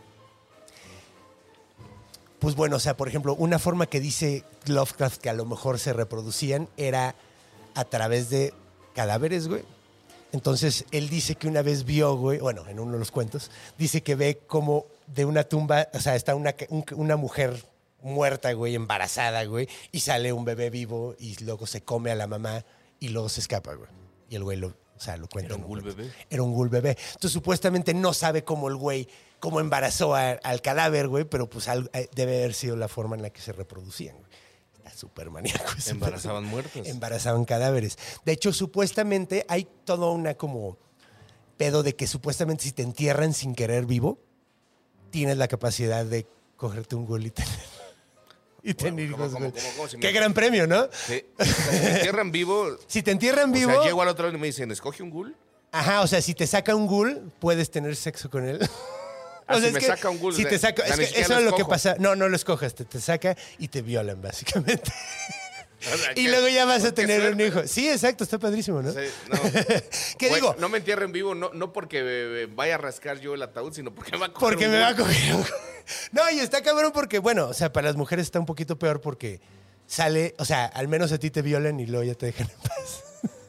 Pues bueno, o sea, por ejemplo, una forma que dice Lovecraft que a lo mejor se reproducían era a través de cadáveres, güey. Entonces, él dice que una vez vio, güey, bueno, en uno de los cuentos, dice que ve como de una tumba, o sea, está una, un, una mujer muerta, güey, embarazada, güey, y sale un bebé vivo y luego se come a la mamá y luego se escapa, güey. Y el güey lo, o sea, lo cuenta. ¿Era un ghoul bebé? Era un ghoul bebé. Entonces, supuestamente no sabe cómo el güey, cómo embarazó a, al cadáver, güey, pero pues al, debe haber sido la forma en la que se reproducían, güey. Está súper maníaco. Embarazaban muertos. Embarazaban cadáveres. De hecho, supuestamente hay toda una como pedo de que supuestamente si te entierran sin querer vivo, tienes la capacidad de cogerte un ghoul y tener, y tener ¿Cómo, hijos, cómo, güey. cómo, cómo, si Qué me... gran premio, ¿no? Sí. O sea, si me entierran vivo... Si te entierran o vivo... sea, llego al otro lado y me dicen, ¿escoge un ghoul? Ajá, o sea, si te saca un ghoul, puedes tener sexo con él. Ah, O sea, si me que saca un ghoul, si de- te saca, o es sea, ni que siquiera eso lo es lo que escojo. pasa. No, no lo escojas, te, te saca y te violan, básicamente. O sea, Y ¿qué? luego ya vas a Pues, qué tener un suerte. hijo. Sí, exacto, está padrísimo, ¿no? Sí, no. ¿Qué Güey, digo? No me entierren vivo, no, no porque eh, vaya a rascar yo el ataúd, sino porque me va a coger Porque un me va a ghoul. coger un... No, y está cabrón porque, bueno, o sea, para las mujeres está un poquito peor porque sale, o sea, al menos a ti te violan y luego ya te dejan en paz.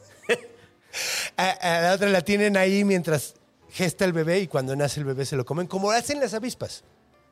a, a la otra la tienen ahí mientras gesta el bebé y cuando nace el bebé se lo comen, como hacen las avispas.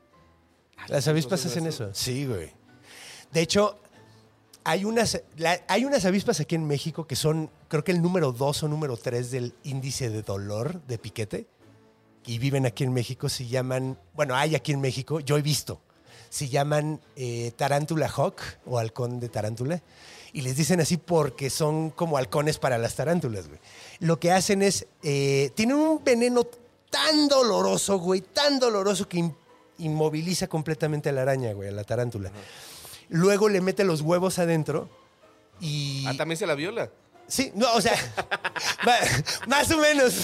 Las avispas hacen eso. Sí, güey. De hecho, hay unas, la- hay unas avispas aquí en México que son, creo que el número dos o número tres del índice de dolor de piquete. Y viven aquí en México, se llaman, bueno, hay aquí en México, yo he visto, se llaman eh, tarántula hawk o halcón de tarántula. Y les dicen así porque son como halcones para las tarántulas, güey. Lo que hacen es, eh, tienen un veneno tan doloroso, güey, tan doloroso que in- inmoviliza completamente a la araña, güey, a la tarántula. Luego le mete los huevos adentro y... Ah, también se la viola. Sí, no, o sea, ma- más o menos.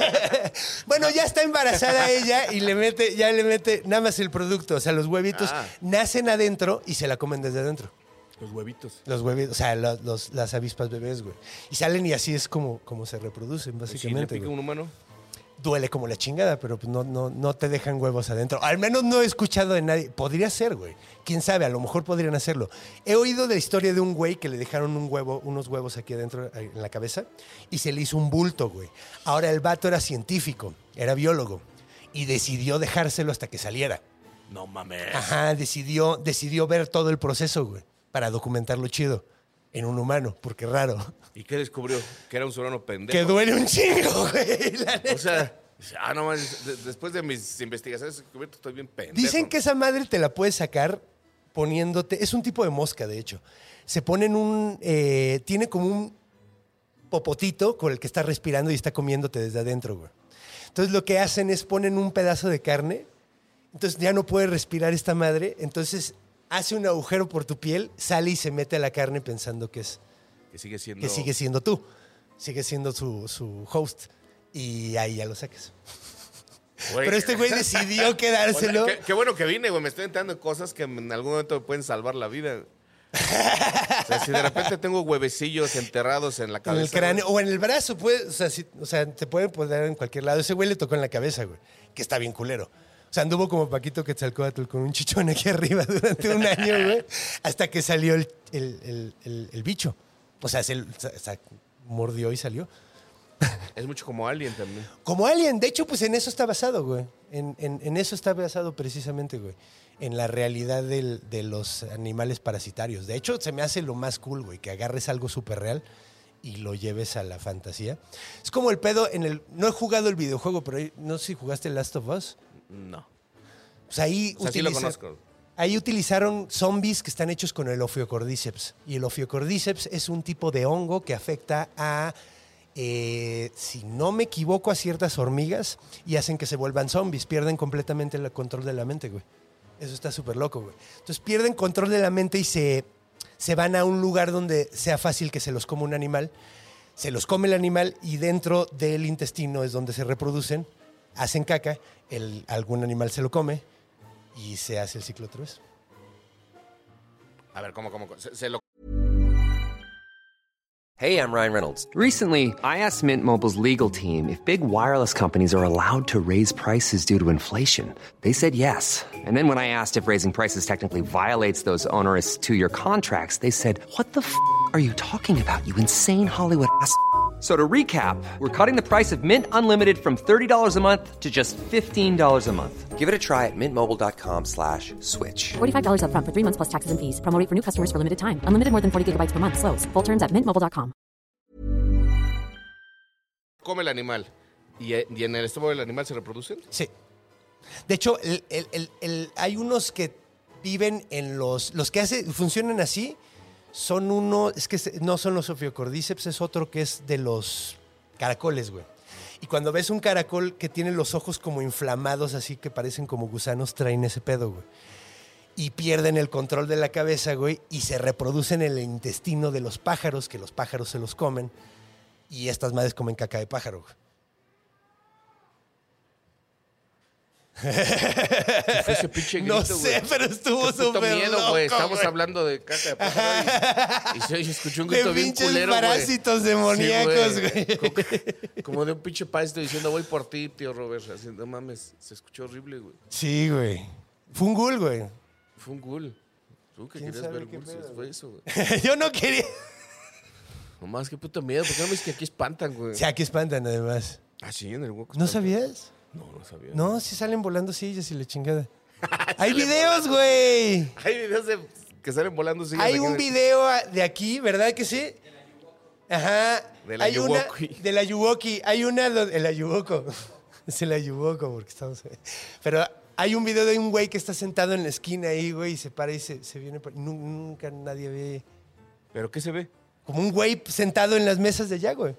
Bueno, ya está embarazada ella y le mete, ya le mete nada más el producto, o sea, los huevitos Ah. nacen adentro y se la comen desde adentro. Los huevitos. Los huevitos, o sea, los- los- las avispas bebés, güey. Y salen y así es como, como se reproducen, Si le básicamente. pica güey. un humano. Duele como la chingada, pero pues no, no, no te dejan huevos adentro. Al menos no he escuchado de nadie. Podría ser, güey. Quién sabe, a lo mejor podrían hacerlo. He oído de la historia de un güey que le dejaron un huevo, unos huevos aquí adentro eh, en la cabeza y se le hizo un bulto, güey. Ahora el vato era científico, era biólogo y decidió dejárselo hasta que saliera. No mames. Ajá, decidió, decidió ver todo el proceso, güey, para documentarlo chido en un humano, porque raro. ¿Y qué descubrió? Que era un surano pendejo. Que duele un chingo, güey. la neta. O sea, ah, no mames, de- después de mis investigaciones descubierto estoy bien pendejo. Dicen que esa madre te la puedes sacar poniéndote. Es un tipo de mosca, de hecho. Se ponen un. eh, tiene como un popotito con el que está respirando y está comiéndote desde adentro, güey. Entonces lo que hacen es ponen un pedazo de carne. Entonces ya no puede respirar esta madre. Entonces hace un agujero por tu piel, sale y se mete a la carne pensando que es. Que sigue siendo... Que sigue siendo tú. Sigue siendo su, su host. Y ahí ya lo sacas. Güey. Pero este güey decidió O sea, quedárselo. qué, qué bueno que vine, güey. Me estoy enterando de cosas que en algún momento me pueden salvar la vida. O sea, si de repente tengo huevecillos enterrados en la En cabeza. el cráneo güey. o en el brazo, puede, o, sea, si- o sea, te pueden poner en cualquier lado. Ese güey le tocó en la cabeza, güey, que está bien culero. O sea, anduvo como Paquito Quetzalcóatl con un chichón aquí arriba durante un año, güey, hasta que salió el, el- el- el- el bicho. O sea, se, se- se mordió y salió. Es mucho como Alien también. Como Alien, de hecho, pues en eso está basado, güey. En, en- en eso está basado precisamente, güey. En la realidad del- de los animales parasitarios. De hecho, se me hace lo más cool, güey, que agarres algo súper real y lo lleves a la fantasía. Es como el pedo en el... No he jugado el videojuego, pero ahí- no sé si jugaste Last of Us. No. Pues ahí, O sea, sí lo utiliza- conozco. ahí utilizaron zombies que están hechos con el Ophiocordyceps. Y el Ophiocordyceps es un tipo de hongo que afecta a, eh, si no me equivoco, a ciertas hormigas y hacen que se vuelvan zombies. Pierden completamente el control de la mente, güey. Eso está súper loco, güey. Entonces pierden control de la mente y se, se van a un lugar donde sea fácil que se los coma un animal. Se los come el animal y dentro del intestino es donde se reproducen, hacen caca, el, algún animal se lo come y se hace el ciclo otra vez. A ver, ¿cómo, cómo? Se, se lo... Hey, I'm Ryan Reynolds. Recently, I asked Mint Mobile's legal team if big wireless companies are allowed to raise prices due to inflation. They said yes. And then when I asked if raising prices technically violates those onerous two-year contracts, they said, "What the f*** are you talking about, you insane Hollywood ass?" So to recap, we're cutting the price of Mint Unlimited from thirty dollars a month to just fifteen dollars a month. Give it a try at mintmobile.com slash switch. forty-five dollars up front for three months plus taxes and fees. Promo rate for new customers for limited time. Unlimited more than forty gigabytes per month. Slows full terms at mint mobile dot com. come el animal. ¿Y, eh, y en el estómago del animal se reproducen? Sí. De hecho, el- el- el- el- hay unos que viven en los... Los que hace, funcionan así son uno... Es que se- no son los Ophiocordyceps, es otro que es de los caracoles, güey. Y cuando ves un caracol que tiene los ojos como inflamados, así que parecen como gusanos, traen ese pedo, güey. Y pierden el control de la cabeza, güey, y se reproducen en el intestino de los pájaros, que los pájaros se los comen, y estas madres comen caca de pájaro, güey. ¿Qué fue ese pinche grito, No güey? sé, pero estuvo Qué puto súper miedo, loco, güey. Estamos güey. hablando de caca de pájaro y, y se oye, escuchó un grito De bien pinches culero, güey. parásitos demoníacos, Sí, güey. Como, como de un pinche parásito diciendo, voy por ti, tío Robert. Así, no mames, se escuchó horrible, güey. Sí, güey. Fue un ghoul, güey. Fue un ghoul. Tú que ¿Quién querías sabe ver qué ghouls, pedo, fue eso, güey. Yo no quería. No más, qué puto miedo. ¿Por qué no me dices que aquí espantan, güey? Sí, aquí espantan, además. Ah, sí, en el hueco ¿No espantan. sabías? No, no sabía. No, sí salen volando sillas y la chingada. Hay videos, güey. Hay videos de que salen volando sillas Hay aquí un en el- video de aquí, ¿verdad que sí? Ajá. De la Hay una Yuwoki. de la Yuwoki. Hay una donde el Ayuwoco. Es el Ayuwoco porque estamos ahí. Pero hay un video de un güey que está sentado en la esquina ahí, güey, y se para y se, se viene. por- Nu- Nunca nadie ve. ¿Pero qué se ve? Como un güey sentado en las mesas de allá, güey.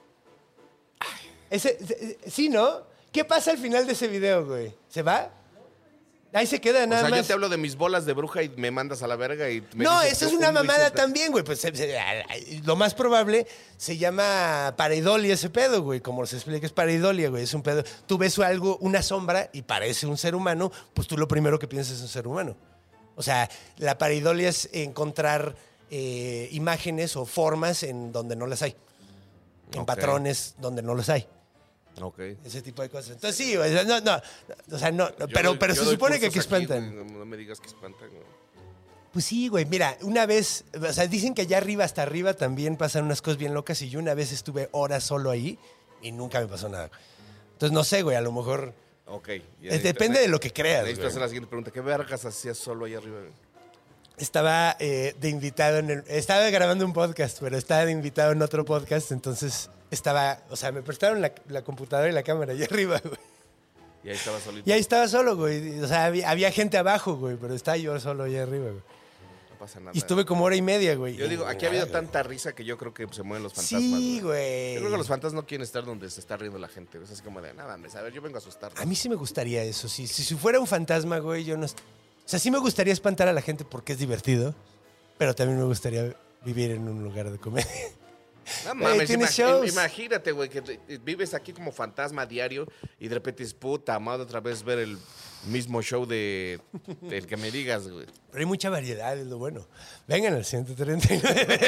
Ese, ese- sí, ¿no? ¿Qué pasa al final de ese video, güey? ¿Se va? Ahí se queda O nada sea, más. yo te hablo de mis bolas de bruja y me mandas a la verga y me No, dices eso que es una un güey mamada senta- también, güey. Pues se- se- lo más probable se llama pareidolia ese pedo, güey. Como se explica, es pareidolia, güey. Es un pedo. Tú ves algo, una sombra, y parece un ser humano, pues tú lo primero que piensas es un ser humano. O sea, la pareidolia es encontrar eh, imágenes o formas en donde no las hay. En Ok. patrones donde no los hay. Ok. Ese tipo de cosas. Entonces sí, güey. No, no. O sea, no. Yo pero doy- pero yo se doy supone que aquí cursos espantan. güey, no, no me digas que espantan, güey. Pues sí, güey, mira, una vez, o sea, dicen que allá arriba, hasta arriba, también pasan unas cosas bien locas y yo una vez estuve horas solo ahí y nunca me pasó nada. Entonces, no sé, güey, a lo mejor... Ok. ya eh, necesito- depende de lo que creas, Necesito güey. hacer la siguiente pregunta. ¿Qué vergas hacías solo ahí arriba, güey? Estaba eh, de invitado en el... Estaba grabando un podcast, pero estaba de invitado en otro podcast, entonces estaba... O sea, me prestaron la, la computadora y la cámara allá arriba, güey. Y ahí estaba solito. Y ahí estaba solo, güey. O sea, había, había gente abajo, güey, pero estaba yo solo allá arriba, güey. No pasa nada. Y estuve como hora y media, güey. Yo digo, aquí ha habido tanta risa que yo creo que se mueven los fantasmas. Sí, güey. Yo creo que los fantasmas no quieren estar donde se está riendo la gente. Es así como de, nada, a ver, yo vengo a asustar. A mí sí me gustaría eso. Si, si, si fuera un fantasma, güey, yo no... est- O sea, sí me gustaría espantar a la gente porque es divertido, pero también me gustaría vivir en un lugar de comedia. No mames, tiene imag- shows. imagínate, güey, que te- vives aquí como fantasma diario y de repente es puta, amado otra vez ver el mismo show de del que me digas, güey. Pero hay mucha variedad, es lo bueno. Vengan al ciento treinta y nueve.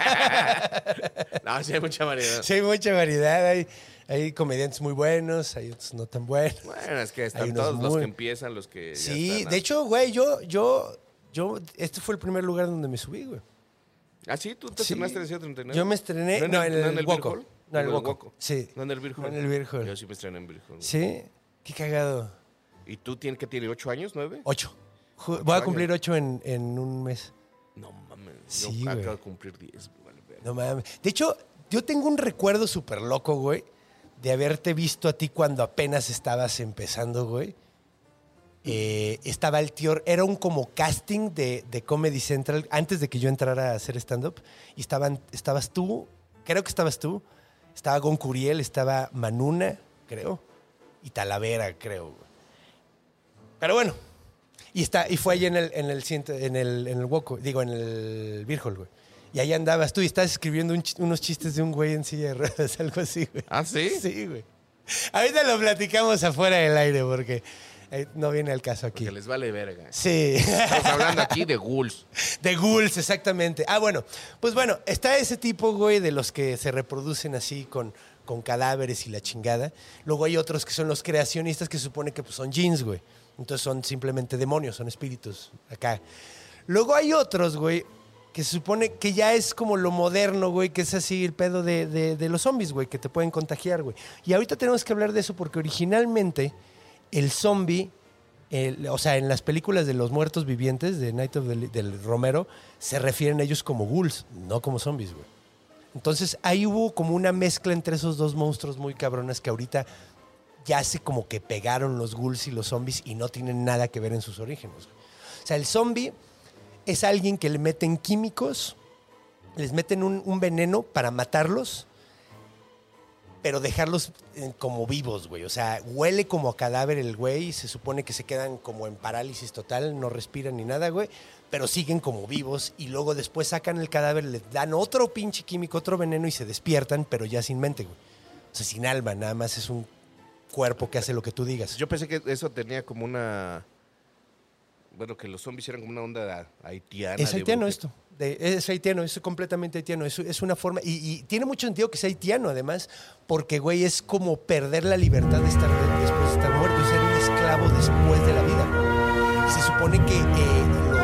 No, sí hay mucha variedad. Sí, hay mucha variedad. Hay, hay comediantes muy buenos, hay otros no tan buenos. Bueno, es que Hay están unos todos los muy- que empiezan, los que ya Sí, están, de hecho, güey, yo, yo, yo, este fue el primer lugar donde me subí, güey. ¿Ah, sí? ¿Tú te Sí. estrenaste en el ciento treinta y nueve? Yo me estrené- ¿No no, en el Beer Woco. Hall? No, en el ¿En Woco. Sí. ¿No en el Beer No Hall? en el Beer Hall. Yo sí me estrené en Beer Hall. Sí, qué cagado. ¿Y tú tienes que tiene ocho años, nueve? Ocho. Ju- Voy a cumplir ocho en, en un mes. No mames. Sí, yo güey. acabo de cumplir diez. güey, vale, verga. No mames. De hecho, yo tengo un recuerdo súper loco, güey, de haberte visto a ti cuando apenas estabas empezando, güey. Eh, estaba el tío, era un como casting de, de Comedy Central antes de que yo entrara a hacer stand-up. Y estaban, estabas tú, creo que estabas tú, estaba Gon Curiel, estaba Manuna, creo, y Talavera, creo. Güey. Pero bueno, y, está, y fue ahí en el, en el, ciento- en el, en el Woco, digo, en el Beer Hall, güey. Y ahí andabas tú y estabas escribiendo un ch- unos chistes de un güey en silla de ruedas, algo así, güey. ¿Ah, sí? Sí, güey. Ahorita lo platicamos afuera del aire porque eh, no viene al caso aquí. Porque les vale verga. Sí. Estamos hablando aquí de ghouls. De ghouls, exactamente. Ah, bueno. Pues bueno, está ese tipo, güey, de los que se reproducen así con, con cadáveres y la chingada. Luego hay otros que son los creacionistas que se supone que pues, son jeans, güey. Entonces son simplemente demonios, son espíritus acá. Luego hay otros, güey, que se supone que ya es como lo moderno, güey, que es así el pedo de, de, de los zombies, güey, que te pueden contagiar, güey. Y ahorita tenemos que hablar de eso porque originalmente el zombie, el- o sea, en las películas de los muertos vivientes de Night of the, del Romero, se refieren a ellos como ghouls, no como zombies, güey. Entonces ahí hubo como una mezcla entre esos dos monstruos muy cabronas que ahorita ya se como que pegaron los ghouls y los zombies y no tienen nada que ver en sus orígenes, güey. O sea, el zombie es alguien que le meten químicos, les meten un, un veneno para matarlos, pero dejarlos eh, como vivos, güey. O sea, huele como a cadáver el güey y se supone que se quedan como en parálisis total, no respiran ni nada, güey, pero siguen como vivos y luego después sacan el cadáver, le dan otro pinche químico, otro veneno y se despiertan, pero ya sin mente, güey. O sea, sin alma, nada más es un cuerpo que hace lo que tú digas. Yo pensé que eso tenía como una... Bueno, que los zombies eran como una onda haitiana. Es de haitiano brujería. esto. De- es haitiano, es completamente haitiano. Es, es una forma. Y, y tiene mucho sentido que sea haitiano, además, porque, güey, es como perder la libertad de estar después de estar muerto, ser un esclavo después de la vida. Y se supone que eh,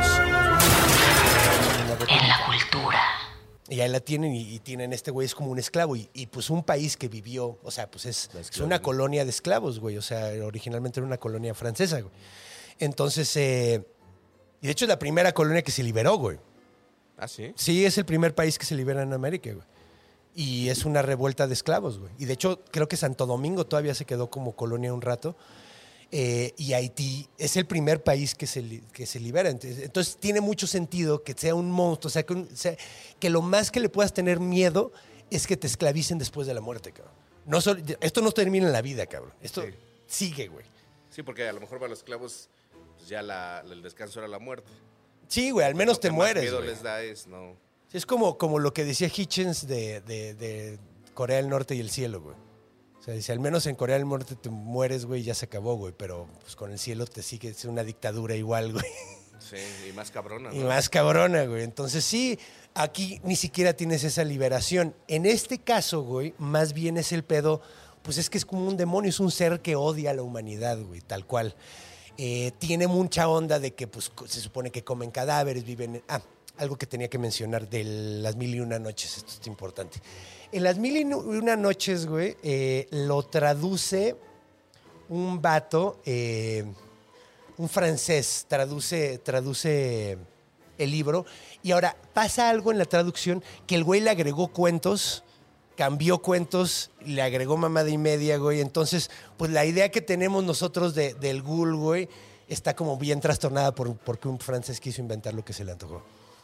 los. En la cultura. Y ahí la tienen y, y tienen este güey es como un esclavo. Y, y, pues un país que vivió, o sea, pues es, es una colonia de esclavos, güey. O sea, originalmente era una colonia francesa, güey. Entonces, eh, y de hecho es la primera colonia que se liberó, güey. Ah, ¿sí? Sí, es el primer país que se libera en América, güey. Y es una revuelta de esclavos, güey. Y de hecho, creo que Santo Domingo todavía se quedó como colonia un rato. Eh, y Haití es el primer país que se, li- que se libera. Entonces, entonces, tiene mucho sentido que sea un monstruo. O sea que, un- sea, que lo más que le puedas tener miedo es que te esclavicen después de la muerte, cabrón. No solo- esto no termina en la vida, cabrón. Esto Sí. sigue, güey. Sí, porque a lo mejor para los esclavos pues ya la- el descanso era la muerte. Sí, güey, al menos Lo te que más mueres, miedo güey. les da es, no... Sí, es como, como lo que decía Hitchens de, de- de Corea del Norte y el cielo, güey. O sea, dice, al menos en Corea del Norte te mueres, güey, y ya se acabó, güey. Pero pues con el cielo te sigue es una dictadura igual, güey. Sí, y más cabrona, Y ¿no? más cabrona, güey. Entonces sí, aquí ni siquiera tienes esa liberación. En este caso, güey, más bien es el pedo, pues es que es como un demonio, es un ser que odia a la humanidad, güey, tal cual. Eh, tiene mucha onda de que pues co- se supone que comen cadáveres, viven... en- ah, algo que tenía que mencionar de las mil y una noches, esto es importante. En las mil y una noches, güey, eh, lo traduce un vato... eh, un francés traduce, traduce el libro y ahora pasa algo en la traducción que el güey le agregó cuentos, cambió cuentos, le agregó mamada y media, güey. Entonces, pues la idea que tenemos nosotros de, del ghoul, güey, está como bien trastornada por, porque un francés quiso inventar lo que se le antojó.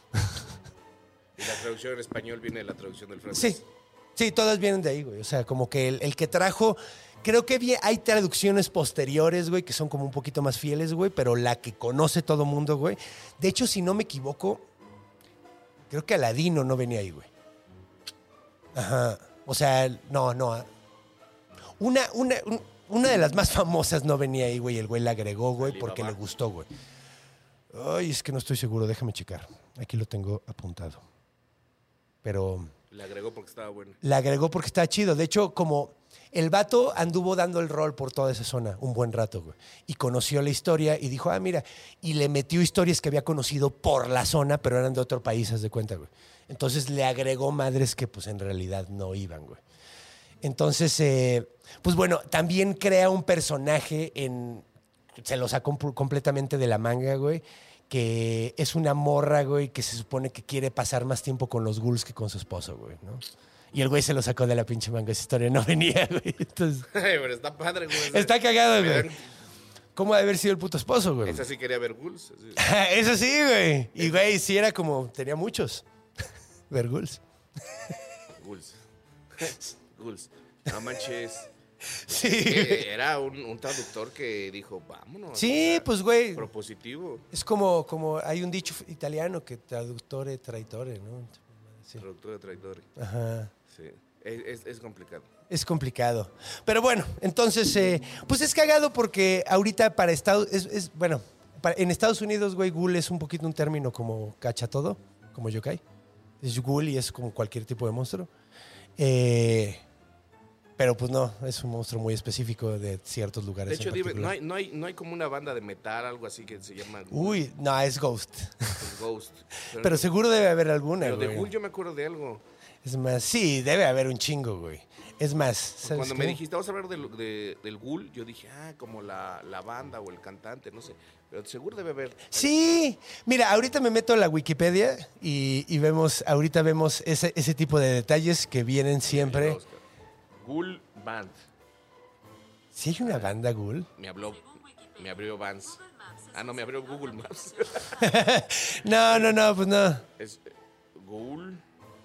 Y la traducción en español viene de la traducción del francés. Sí, sí, todas vienen de ahí, güey. O sea, como que el, el que trajo... Creo que vi- hay traducciones posteriores, güey, que son como un poquito más fieles, güey, pero la que conoce todo mundo, güey. De hecho, si no me equivoco, creo que Aladino no venía ahí, güey. Ajá. O sea, no, no. ah. Una, una, un- una de las más famosas no venía ahí, güey. El güey la agregó, güey, porque le Alibaba. gustó, güey. Ay, es que no estoy seguro. Déjame checar. Aquí lo tengo apuntado. Pero... Le agregó porque estaba bueno. La agregó porque está chido. De hecho, como el vato anduvo dando el rol por toda esa zona un buen rato, güey. Y conoció la historia y dijo, ah, mira. Y le metió historias que había conocido por la zona, pero eran de otro país, haz de cuenta, güey. Entonces le agregó madres que pues en realidad no iban, güey. Entonces, eh, pues bueno, también crea un personaje en... Se lo sacó pu- completamente de la manga, güey. Que es una morra, güey, que se supone que quiere pasar más tiempo con los ghouls que con su esposo, güey, ¿no? Y el güey se lo sacó de la pinche manga. Esa historia no venía, güey. Entonces, Pero está padre, güey. está cagado, Me güey. dan- ¿Cómo ha de haber sido el puto esposo, güey? Esa sí quería ver ghouls. así. Eso sí, güey. Y, güey, sí era como... Tenía muchos. Ver ghouls. Ghouls. Ghouls. No manches. Sí. Eh, Era un, un traductor que dijo, vámonos. Sí, o sea, pues, güey. Propositivo. Es como, como... Hay un dicho italiano que traductore, traitore, ¿no? Sí. Traductor de traidores. Ajá. Sí. Es, es- es complicado. Es complicado. Pero bueno, entonces, eh, pues es cagado porque ahorita para Estados... Es, es- bueno, para- en Estados Unidos, güey, ghoul es un poquito un término como cacha todo, como yokai. Es ghoul y es como cualquier tipo de monstruo. Eh, pero pues no, es un monstruo muy específico de ciertos lugares. De hecho, en dime, particular. no hay, no, hay, no hay como una banda de metal, algo así que se llama Ghoul, Uy, no, es Ghost. pues, Ghost. Pero seguro debe haber alguna, Pero de güey. Ghoul yo me acuerdo de algo. Es más, sí, debe haber un chingo, güey. Es más, ¿sabes Cuando qué? me dijiste, vamos a hablar del, de- del Ghoul, yo dije, ah, como la, la banda o el cantante, no sé. Pero seguro debe haber. Sí, mira, ahorita me meto a la Wikipedia y, y vemos, ahorita vemos ese, ese tipo de detalles que vienen siempre. Oscar. Ghoul Band. ¿Sí hay una banda, Ghoul? Me habló, me abrió Vans. Ah, no, me abrió Google Maps. No, no, no, pues no. Es eh, Ghoul.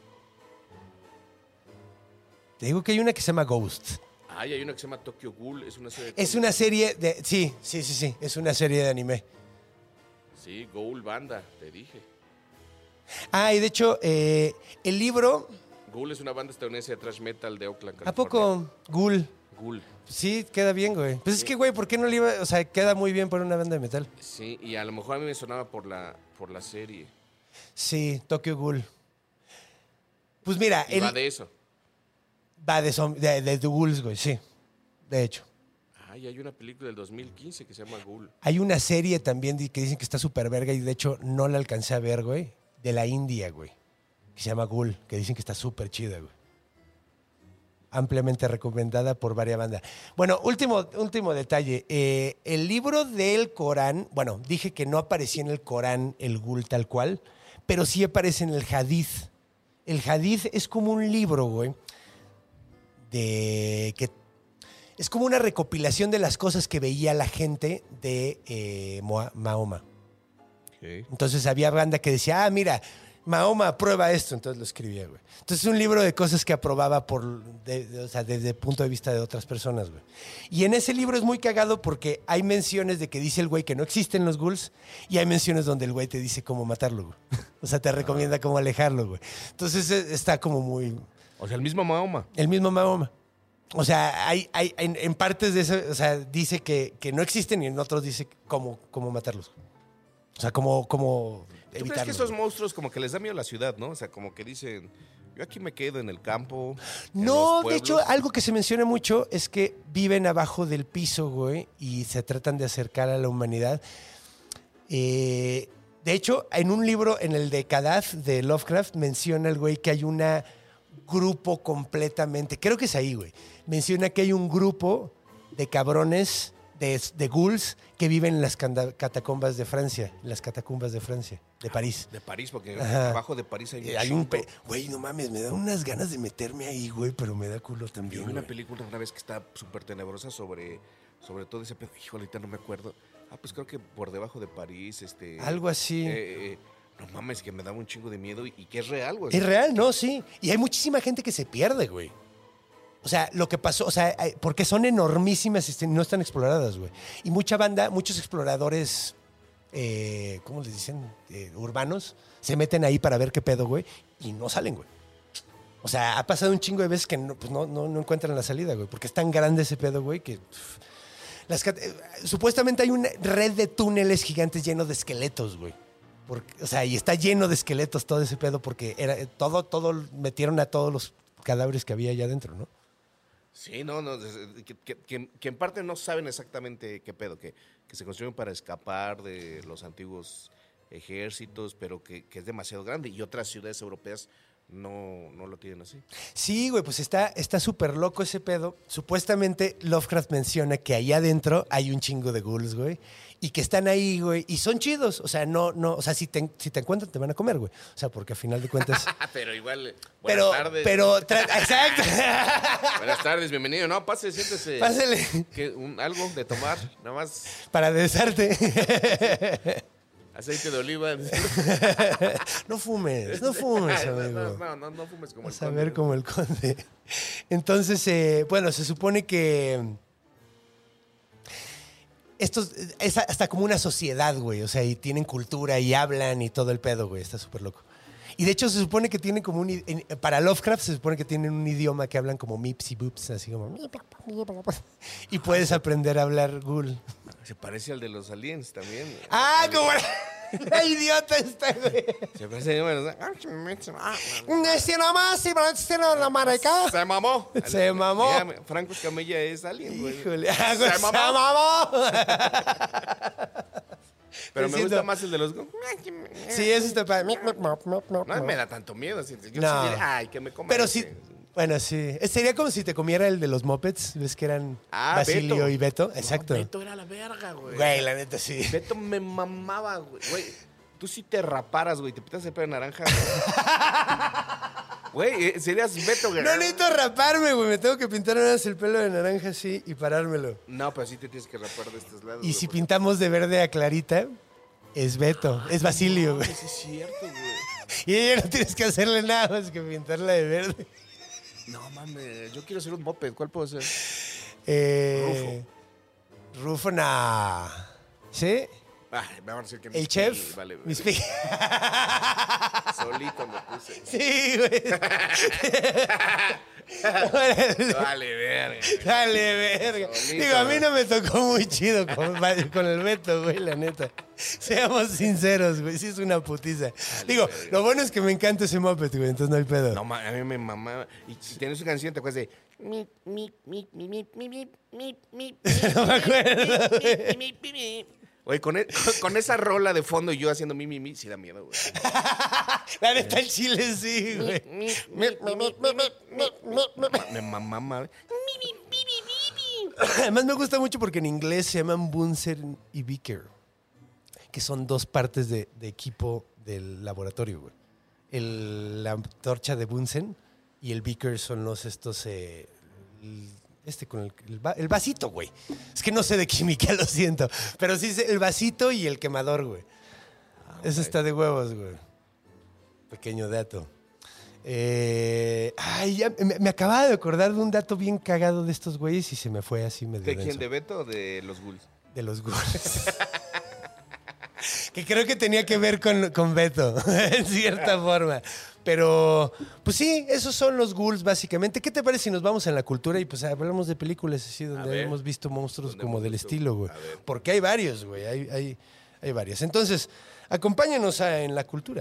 Te digo que hay una que se llama Ghost. Ay, hay una que se llama Tokyo Ghoul. Es una serie de Es una serie de... Sí, sí, sí, sí. Es una serie de anime. Sí, Ghoul Banda, te dije. Ah, y de hecho, eh, el libro... Ghoul es una banda estadounidense de thrash metal de Oakland, ¿A California. poco? Ghoul. Ghoul. Sí, queda bien, güey. Pues sí. Es que, güey, ¿por qué no le iba...? O sea, queda muy bien para una banda de metal. Sí, y a lo mejor a mí me sonaba por la, por la serie. Sí, Tokyo Ghoul. Pues mira... Y el... va de eso. Va de, som... de, de The Ghouls, güey, sí. De hecho. Ay, hay una película del dos mil quince que se llama Ghoul. Hay una serie también que dicen que está súper verga y de hecho no la alcancé a ver, güey. De la India, güey. Que se llama Ghoul, que dicen que está súper chida, güey. Ampliamente recomendada por varias bandas. Bueno, último, último detalle. Eh, el libro del Corán, bueno, dije que no aparecía en el Corán el Ghoul tal cual, pero sí aparece en el Hadith. El Hadith es como un libro, güey, de que es como una recopilación de las cosas que veía la gente de eh, Mahoma. Okay. Entonces había banda que decía, ah, mira, Mahoma aprueba esto, entonces lo escribía, güey. Entonces es un libro de cosas que aprobaba por, de, de, o sea, desde el punto de vista de otras personas, güey. Y en ese libro es muy cagado porque hay menciones de que dice el güey que no existen los ghouls y hay menciones donde el güey te dice cómo matarlo, güey. O sea, te recomienda ah. cómo alejarlo, güey. Entonces está como muy... O sea, el mismo Mahoma. El mismo Mahoma. O sea, hay, hay en, en partes de eso, o sea, dice que, que no existen y en otros dice cómo, cómo matarlos. O sea, cómo, cómo ¿Tú crees que esos monstruos como que les da miedo la ciudad, no? O sea, como que dicen, yo aquí me quedo en el campo. No, de hecho, algo que se menciona mucho es que viven abajo del piso, güey, y se tratan de acercar a la humanidad. Eh, de hecho, en un libro, en el de Kadath, de Lovecraft, menciona el güey que hay un grupo completamente, creo que es ahí, güey, menciona que hay un grupo de cabrones, de, de ghouls, que viven en las catacumbas de Francia, en las catacumbas de Francia, de París. De París, porque Ajá. abajo de París hay un, hay un pe- Güey, no mames, me da unas ganas de meterme ahí, güey, pero me da culo también. Vi una güey. película una vez que está súper tenebrosa sobre, sobre todo ese pedo. Híjole, ahorita no me acuerdo. Ah, pues creo que por debajo de París, este... Algo así. Eh, eh, no mames, que me daba un chingo de miedo y, y que es real, güey. Es real, no, sí. Y hay muchísima gente que se pierde, güey. O sea, lo que pasó, o sea, hay, porque son enormísimas y no están exploradas, güey. Y mucha banda, muchos exploradores, eh, ¿cómo les dicen? Eh, urbanos, se meten ahí para ver qué pedo, güey, y no salen, güey. O sea, ha pasado un chingo de veces que no, pues no, no, no encuentran la salida, güey, porque es tan grande ese pedo, güey, que... Pff, las, eh, supuestamente hay una red de túneles gigantes llenos de esqueletos, güey. Porque, o sea, y está lleno de esqueletos todo ese pedo porque era todo, todo, metieron a todos los cadáveres que había allá adentro, ¿no? Sí, no, no, que, que, que, que en parte no saben exactamente qué pedo, que, que se construyen para escapar de los antiguos ejércitos, pero que, que es demasiado grande y otras ciudades europeas no, no lo tienen así. Sí, güey, pues está está súper loco ese pedo. Supuestamente Lovecraft menciona que allá adentro hay un chingo de ghouls, güey, y que están ahí, güey, y son chidos. O sea, no, no, o sea, si te, si te encuentran te van a comer, güey. O sea, porque al final de cuentas... Pero igual, buenas pero, tardes. Pero, tra- exacto. Buenas tardes, bienvenido. No, pase, siéntese. Pásele. Que un, algo de tomar, nada más. Para besarte. Aceite de oliva. No fumes, no fumes, no, amigo. no, no, no, no fumes como Vas el a conde. ver como el conde. Entonces, eh, bueno, se supone que estos es hasta como una sociedad, güey. O sea, y tienen cultura y hablan y todo el pedo, güey. Está súper loco. Y de hecho se supone que tienen como un... Para Lovecraft se supone que tienen un idioma que hablan como mips y boops, así como... Y puedes aprender a hablar ghoul. Se parece al de los aliens también. ¡Ah, Al- como la idiota esta, güey! Se parece... Bueno, Se nomás, si se la maraca. se mamó. Se mamó. Mira, Franco Escamilla es alien, güey. Híjole, ah, güey, Se se mamó. mamó. Pero me Diciendo- gusta más el de los... Sí, eso está padre. No me da tanto miedo. Yo sí No. diría, ay, que me coma Pero ese". sí, bueno, sí. Sería como si te comiera el de los Muppets. ¿Ves que eran Ah, Basilio Beto. y Beto? Exacto. No, Beto era la verga, güey. Güey, la neta sí. Beto me mamaba, güey. Güey, tú sí te raparas, güey. Te pintas el pelo de naranja. Güey, Güey, eh, serías Beto Guerrero. No necesito raparme, güey. Me tengo que pintar nada más el pelo de naranja así y parármelo. No, pero sí te tienes que rapar de estos lados. Y güey, si porque- pintamos de verde a clarita, es Beto. Es Basilio, güey. Sí, es cierto, güey. Y ella no tienes que hacerle nada más que pintarla de verde. No mames, yo quiero ser un moped. ¿Cuál puedo ser? Eh, Rufo. Rufo, nah. ¿Sí? Ah, me van a decir que El Miss chef. Piggy, vale, vale. Miss Piggy. Solito me puse. Sí, güey. Vale, verga. Dale, verga. Solito, Digo, a mí güey. no me tocó muy chido con, con el Beto, güey, la neta. Seamos sinceros, güey, sí es una putiza. Digo, verga. lo bueno es que me encanta ese Muppet, güey, entonces no hay pedo. No, ma- a mí me mamaba. Y si tienes su canción, te acuerdas de. Mi, mi, mi, mi, mi, mi, mi, mi, mi, No me acuerdo, güey. mi, mi, mi. Oye, con, e- con- con esa rola de fondo y yo haciendo mi, mi, mi, sí da miedo, güey. La neta, el chile sí, güey. Mi, mi, mi, mi, mi, mi, mi, mi. Me mamaba. Además me gusta mucho porque en inglés se llaman Bunsen y Beaker, que son dos partes de, de equipo del laboratorio, güey. El- la antorcha de Bunsen y el Beaker son los estos... eh, el- este con el, el, va- el vasito, güey. Es que no sé de química, lo siento. Pero sí sé el vasito y el quemador, güey. Eso está de huevos, güey. Pequeño dato. Eh, ay, ya me, me acababa de acordar de un dato bien cagado de estos güeyes y se me fue así medio ¿De denso. quién? ¿De Beto o de los Ghouls? De los ghouls. Que creo que tenía que ver con, con Beto, en cierta forma. Pero, pues sí, esos son los ghouls, básicamente. ¿Qué te parece si nos vamos en la cultura y pues hablamos de películas así donde ver. hemos visto monstruos ¿Dónde como hemos del visto? estilo, güey? A ver. Porque hay varios, güey. Hay, hay, hay varios. Entonces, acompáñanos a, en la cultura.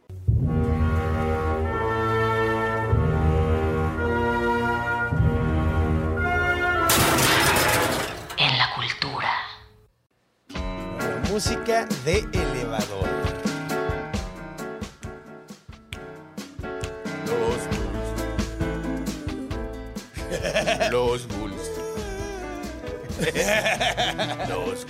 En la cultura. Música de elevador. Los Ghouls. Los Ghouls. Los Ghouls.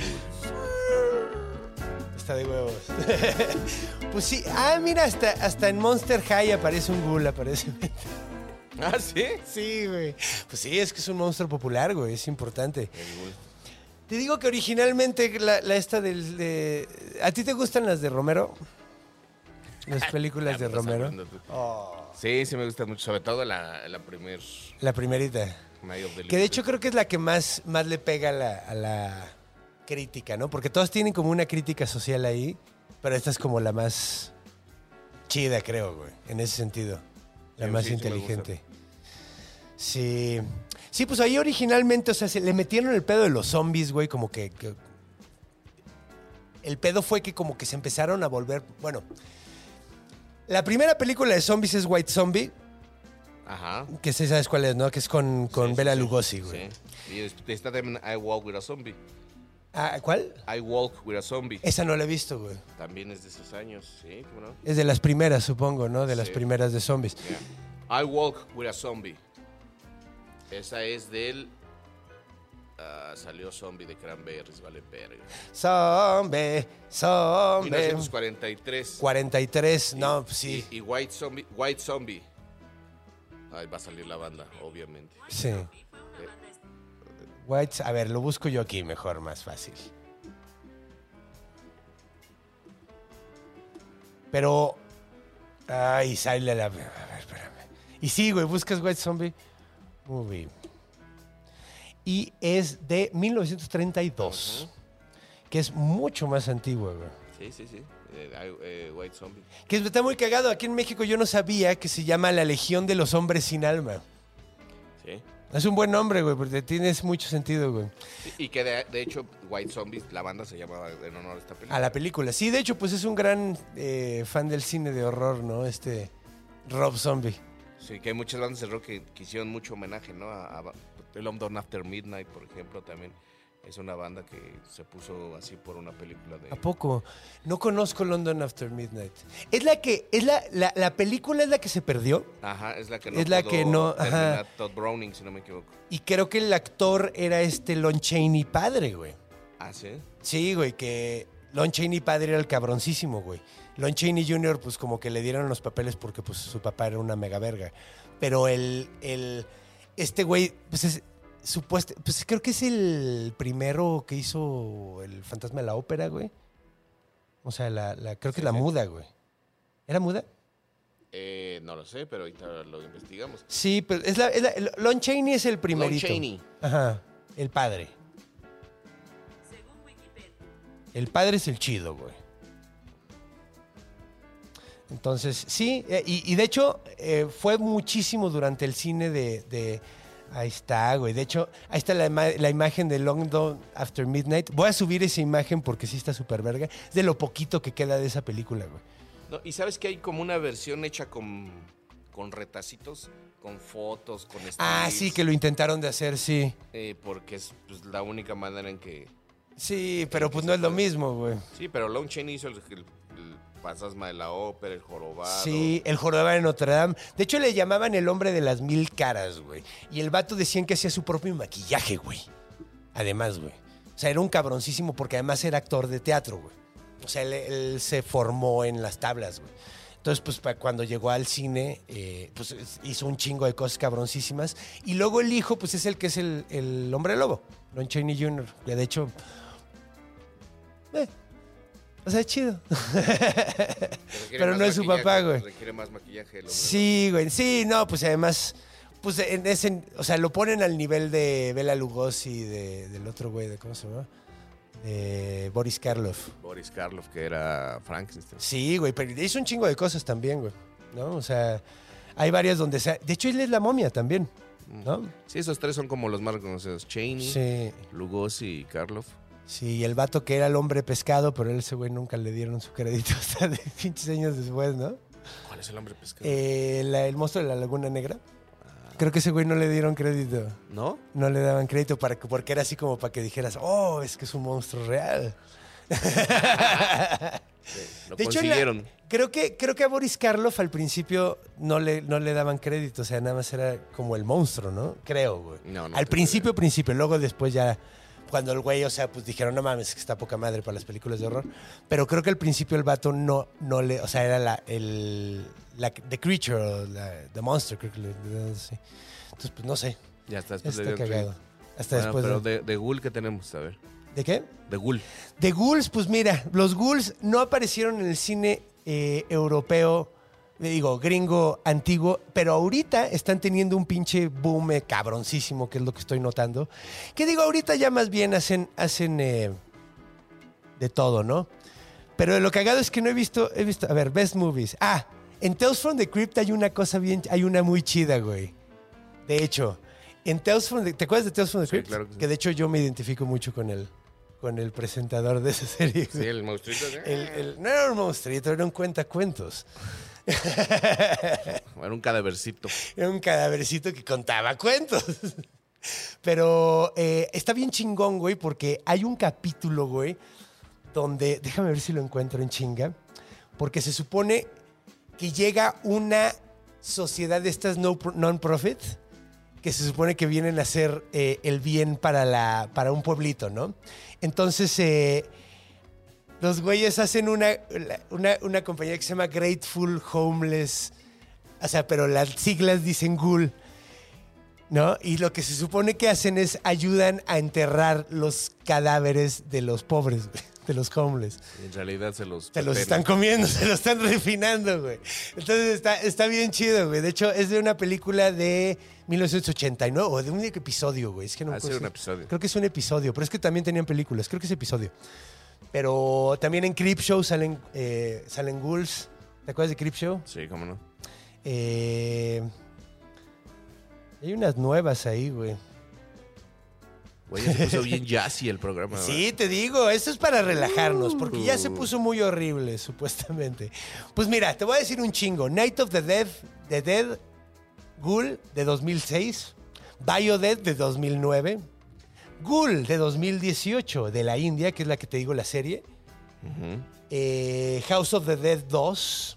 Está de huevos. Pues sí. Ah, mira, hasta, hasta en Monster High aparece un ghoul, aparece. ¿Ah, sí? Sí, güey. Pues sí, es que es un monstruo popular, güey. Es importante. El Ghoul. Te digo que originalmente la, la esta del... De... ¿A ti te gustan las de Romero? Las películas de Ya me estás Romero. hablando tú. Sí, sí me gusta mucho. Sobre todo la, la primer La primerita. Night of the Que de Living hecho creo que es la que más, más le pega a la, a la crítica, ¿no? Porque todas tienen como una crítica social ahí, pero esta es como la más chida, creo, güey. En ese sentido. La Sí, más sí, sí me inteligente. Sí. Sí, pues ahí originalmente, o sea, se le metieron el pedo de los zombies, güey, como que, que... El pedo fue que como que se empezaron a volver... Bueno, la primera película de zombies es White Zombie, Ajá. que sí sabes cuál es, ¿no? Que es con, con Sí, Bela sí, Lugosi, güey. Sí. Y es- está también I Walk with a Zombie. Ah, ¿cuál? I Walk with a Zombie. Esa no la he visto, güey. También es de esos años, ¿sí? ¿Cómo no? Es de las primeras, supongo, ¿no? De las Sí. primeras de zombies. Yeah. I Walk with a Zombie. Esa es del... ah, salió Zombie de Cranberries, vale verga. Zombie, zombie. mil novecientos cuarenta y tres. cuarenta y tres, no, pues sí. Y, y White Zombie. White Zombie. Ahí va a salir la banda, obviamente. Sí. White, a ver, lo busco yo aquí mejor, más fácil. Pero. Ay, sale la. A ver, espérame. Y sí, güey, buscas White Zombie Movie. Y es de mil novecientos treinta y dos. Que es mucho más antigua, güey. Sí, sí, sí. Eh, I- eh, White Zombie. Que está muy cagado. Aquí en México yo no sabía que se llama La Legión de los Hombres Sin Alma. Sí. Es un buen nombre, güey, porque tienes mucho sentido, güey. Y que de, de hecho, White Zombies, la banda se llamaba en honor a esta película. A la película. Sí, de hecho, pues es un gran eh, fan del cine de horror, ¿no? Este Rob Zombie. Sí, que hay muchas bandas de rock que, que hicieron mucho homenaje, ¿no? A, a el London After Midnight, por ejemplo, también es una banda que se puso así por una película de... ¿A poco? No conozco London After Midnight. Es la que, es la, la, la película es la que se perdió. Ajá, es la que no Es la pudo que no- ajá. terminar Todd Browning, si no me equivoco. Y creo que el actor era este Lon Chaney padre, güey. Ah, ¿sí? Sí, güey, que Lon Chaney padre era el cabroncísimo, güey. Lon Chaney junior, pues como que le dieron los papeles porque pues su papá era una mega verga. Pero el, el este güey, pues es supuesto, pues creo que es el primero que hizo el Fantasma de la Ópera, güey. O sea, la, la creo que Sí, la sí. muda, güey. ¿Era muda? Eh, no lo sé, pero ahorita lo investigamos. Sí, pero es la, es la- el- Lon Chaney es el primerito. Chaney. Ajá, el padre. El padre es el chido, güey. Entonces, sí, eh, y, y de hecho eh, fue muchísimo durante el cine de, de... Ahí está, güey. De hecho, ahí está la, ima- la imagen de Long Dawn After Midnight. Voy a subir esa imagen porque sí está súper verga. Es de lo poquito que queda de esa película, güey. No, y sabes que hay como una versión hecha con, con retacitos, con fotos, con Ah, stills, sí, que lo intentaron de hacer, sí. eh, porque es pues, la única manera en que... Sí, pero pues no es lo mismo, güey. Sí, pero Lon Chaney hizo el, el, el fantasma de la ópera, el jorobado. Sí, el jorobado de Notre Dame. De hecho, le llamaban el hombre de las mil caras, güey. Y el vato decían que hacía su propio maquillaje, güey. Además, güey. O sea, era un cabroncísimo porque además era actor de teatro, güey. O sea, él, él se formó en las tablas, güey. Entonces, pues pa- cuando llegó al cine, eh, pues hizo un chingo de cosas cabroncísimas. Y luego el hijo, pues es el que es el, el hombre lobo, Lon Chaney junior Que de hecho... Eh, o sea, es chido. Requiere Pero más no es su maquillaje, papá, güey. Requiere más maquillaje. El hombre. Sí, güey. Sí, no, pues además... Pues en ese... O sea, lo ponen al nivel de Bela Lugosi, de, del otro güey, de ¿cómo se llama? De Boris Karloff. Boris Karloff, que era Frankenstein. Sí, güey, pero hizo un chingo de cosas también, güey. ¿No? O sea, hay varias donde se... De hecho, él es la momia también, ¿no? Sí, esos tres son como los más reconocidos. Chaney, Sí. Lugosi y Karloff. Sí, y el vato que era el hombre pescado, pero a ese güey nunca le dieron su crédito hasta de pinches años después, ¿no? ¿Cuál es el hombre pescado? Eh, la- el monstruo de la Laguna Negra. Creo que ese güey no le dieron crédito. ¿No? No le daban crédito para que, porque era así como para que dijeras, oh, es que es un monstruo real. Lo De hecho, en la- consiguieron. creo que, creo que a Boris Karloff al principio no le, no le daban crédito, o sea, nada más era como el monstruo, ¿no? Creo, güey. No, no al te principio, creo. principio, luego después ya, cuando el güey, o sea, pues dijeron, no mames, que está poca madre para las películas de horror. Pero creo que al principio el vato no, no le, o sea, era la, el, la, The Creature, o la, The Monster, creo que le, le- sí. Entonces, pues no sé, Ya está, después está le dieron cagado. crédito. Hasta Bueno, después. pero de, de, de Ghoul, ¿qué tenemos? A ver. ¿De qué? De Ghoul. De ghouls, pues mira, los ghouls no aparecieron en el cine eh, europeo, eh, digo, gringo antiguo, pero ahorita están teniendo un pinche boom eh, cabroncísimo, que es lo que estoy notando. Que digo, ahorita ya más bien hacen, hacen eh, de todo, ¿no? Pero lo cagado es que no he visto, he visto, a ver, Best Movies. Ah, en Tales from the Crypt hay una cosa bien, hay una muy chida, güey. De hecho, en Tales from the, ¿te acuerdas de Tales from the Sí, Crypt? claro que sí. Que de hecho yo me identifico mucho con el, con el presentador de esa serie. Sí, el monstruito. ¿sí? El- el- no era un monstruito, era un cuentacuentos. Era un cadavercito. Era un cadavercito que contaba cuentos. Pero eh, está bien chingón, güey, porque hay un capítulo, güey, donde, déjame ver si lo encuentro en chinga, porque se supone que llega una sociedad de estas no, non-profit, que se supone que vienen a hacer eh, el bien para, la, para un pueblito, ¿no? Entonces, eh, los güeyes hacen una, una, una compañía que se llama Grateful Homeless, o sea, pero las siglas dicen Ghoul, ¿no? Y lo que se supone que hacen es ayudan a enterrar los cadáveres de los pobres, güey, de los homeless. En realidad se los... Se los pepenan. están comiendo, se los están refinando, güey. Entonces está, está bien chido, güey. De hecho, es de una película de mil novecientos ochenta y nueve, o de un episodio, güey. Es que no me Ah, sí, acuerdo un si- episodio. Creo que es un episodio, pero es que también tenían películas. Creo que es episodio. Pero también en Creepshow salen, eh, salen ghouls. ¿Te acuerdas de Creepshow? Sí, cómo no. Eh, hay unas nuevas ahí, güey. Güey, ya se puso bien jazzy el programa. ¿verdad? Sí, te digo, esto es para relajarnos, porque ya se puso muy horrible, supuestamente. Pues mira, te voy a decir un chingo. Night of the Dead, The Dead, Ghoul, de dos mil seis. Biodead, de dos mil nueve. Ghoul, de dos mil dieciocho, de la India, que es la que te digo la serie. Ujú. Eh, House of the Dead dos.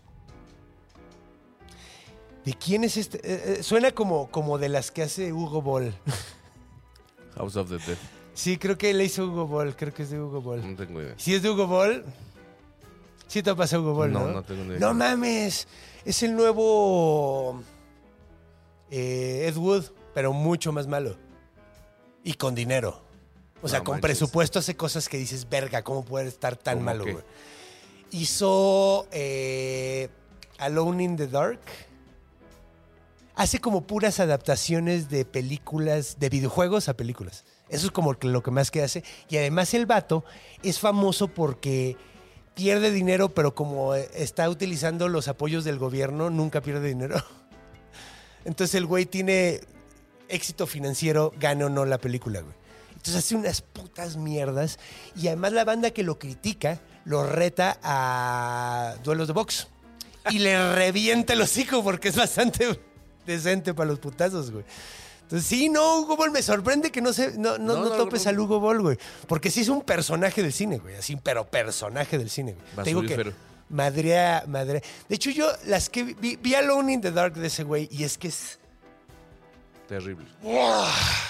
¿De quién es este? Eh, eh, suena como, como de las que hace Hugo Ball. House of the Dead. Sí, creo que le hizo Hugo Ball, creo que es de Hugo Ball. No tengo idea. Si es de Hugo Ball, sí te pasa Hugo Ball, ¿no? No, no tengo ni idea. No mames, es el nuevo eh, Ed Wood, pero mucho más malo. Y con dinero. O sea, No con manches. presupuesto hace cosas que dices, verga, ¿cómo puede estar tan ¿Cómo malo, qué? güey? Hizo eh, Alone in the Dark. Hace como puras adaptaciones de películas, de videojuegos a películas. Eso es como lo que más que hace. Y además el vato es famoso porque pierde dinero, pero como está utilizando los apoyos del gobierno, nunca pierde dinero. Entonces el güey tiene éxito financiero, gane o no la película, güey. Entonces hace unas putas mierdas. Y además la banda que lo critica lo reta a duelos de box. Y le revienta el hocico porque es bastante decente para los putazos, güey. Entonces, sí, no, Hugo Ball, me sorprende que no se, no, no, no, no topes no, no. al Hugo Ball, güey. Porque sí es un personaje del cine, güey. Así, pero personaje del cine, güey. Te digo que madrea, madrea. De hecho, yo las que vi, vi Alone in the Dark de ese güey y es que es... terrible. ¡Oh!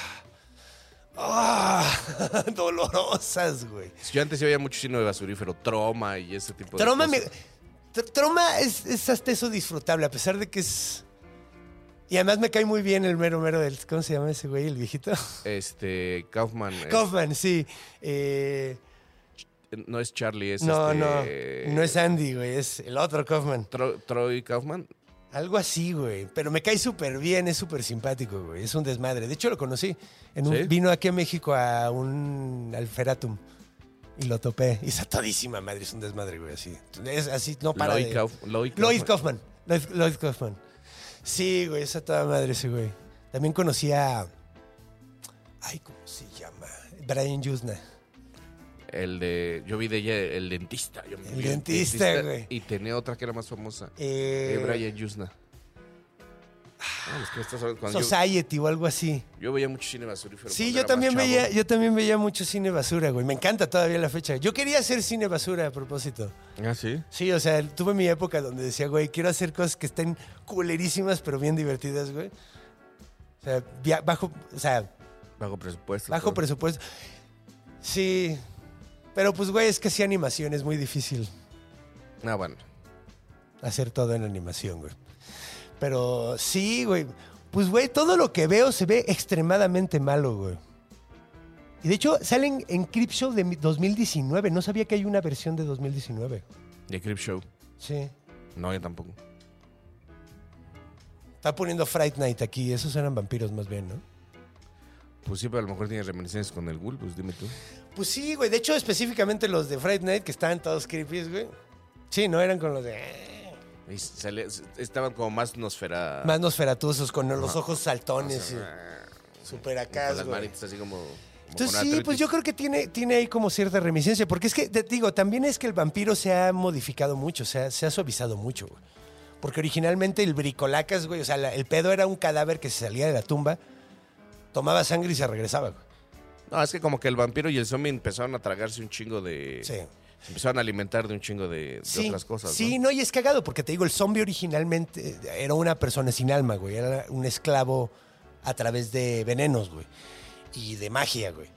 ¡Oh! Dolorosas, güey. Yo antes sí veía mucho cine de basurífero, Troma y ese tipo Troma de cosas. Me... Troma es, es hasta eso disfrutable, a pesar de que es... Y además me cae muy bien el mero mero del... ¿Cómo se llama ese güey, el viejito? Este, Kaufman. Kaufman, es... sí. Eh... No es Charlie, es no, este... No, no es Andy, güey, es el otro Kaufman. Tro, Troy Kaufman. Algo así, güey. Pero me cae súper bien, es súper simpático, güey. Es un desmadre. De hecho, lo conocí. En un... ¿Sí? Vino aquí a México a un Alferatum. Y lo topé. Y está todísima madre, es un desmadre, güey, así. Es así, no para Lloyd de... Kauf, Lloyd Kaufman. Lloyd Kaufman. Lloyd, Lloyd Kaufman. Sí, güey, esa toda madre ese güey. También conocí a... Ay, ¿cómo se llama? Brian Yuzna. El de... Yo vi de ella el dentista. Yo el dentista, dentista, güey. Y tenía otra que era más famosa. Eh... Eh, Brian Yuzna. Ah, es que estás hablando, Society yo, o algo así. Yo veía mucho cine basurífero. Sí, yo también veía, yo también veía mucho cine basura, güey. Me encanta todavía la fecha. Yo quería hacer cine basura a propósito. ¿Ah, sí? Sí, o sea, tuve mi época donde decía, güey, quiero hacer cosas que estén culerísimas, pero bien divertidas, güey. O sea, via- bajo, o sea... Bajo presupuesto. Bajo todo. presupuesto. Sí. Pero pues, güey, es que sí animación es muy difícil. Ah, bueno. Hacer todo en animación, güey. Pero sí, güey. Pues, güey, todo lo que veo se ve extremadamente malo, güey. Y de hecho, salen en Creepshow de dos mil diecinueve. No sabía que hay una versión de dos mil diecinueve. ¿De Creepshow? Sí. No, yo tampoco. Está poniendo Fright Night aquí. Esos eran vampiros más bien, ¿no? Pues sí, pero a lo mejor tiene reminiscencias con el Ghoul, pues dime tú. Pues sí, güey. De hecho, específicamente los de Fright Night, que estaban todos creepy, güey. Sí, no eran con los de... Y sale, estaban como más nosfera... Más nosferatuosos, con los Ajá. ojos saltones. O sea, y super acá, con las güey. manitas así como... como Entonces con sí, pues yo creo que tiene, tiene ahí como cierta reminiscencia. Porque es que, te digo, también es que el vampiro se ha modificado mucho, se ha, se ha suavizado mucho, güey. Porque originalmente el bricolacas, güey, o sea, la, el pedo era un cadáver que se salía de la tumba, tomaba sangre y se regresaba, güey. No, es que como que el vampiro y el zombie empezaron a tragarse un chingo de... Sí. Se empezaron a alimentar de un chingo de, de Sí, otras cosas, sí, ¿no? no, y es cagado, porque te digo, el zombie originalmente era una persona sin alma, güey. Era un esclavo a través de venenos, güey. Y de magia, güey.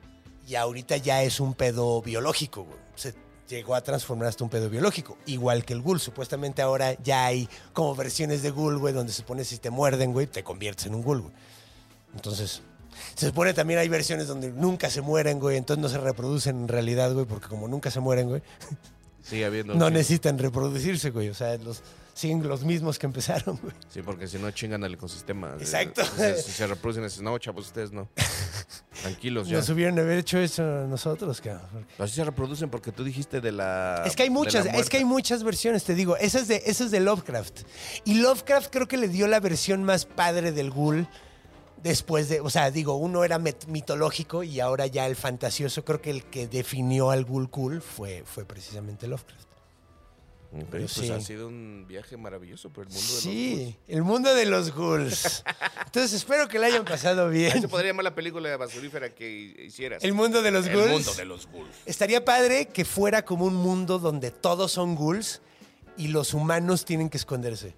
Y ahorita ya es un pedo biológico, güey. Se llegó a transformar hasta un pedo biológico. Igual que el ghoul. Supuestamente ahora ya hay como versiones de ghoul, güey, donde se supone si te muerden, güey, te conviertes en un ghoul, güey. Entonces... Se supone también hay versiones donde nunca se mueren, güey, entonces no se reproducen en realidad, güey, porque como nunca se mueren, güey, sigue habiendo... no sí. necesitan reproducirse, güey, o sea, los, siguen los mismos que empezaron, güey. Sí, porque si no chingan al ecosistema. Exacto. Si, si se reproducen, dices, no, chavos, ustedes no. Tranquilos ya. Nos hubieran haber hecho eso nosotros, cabrón. Porque... Así se reproducen porque tú dijiste de la... Es que hay muchas, de la es que hay muchas versiones, te digo, esa es de, esa es de Lovecraft. Y Lovecraft creo que le dio la versión más padre del ghoul. Después de, o sea, digo, uno era met- mitológico y ahora ya el fantasioso, creo que el que definió al ghoul cool fue, fue precisamente Lovecraft. Okay, pues sí. ha sido un viaje maravilloso por el mundo de los Sí, ghouls. el mundo de los ghouls. Entonces espero que le hayan pasado Ahí bien. se podría llamar la película basurífera que hicieras. El mundo de los El ghouls. mundo de los ghouls. Estaría padre que fuera como un mundo donde todos son ghouls y los humanos tienen que esconderse.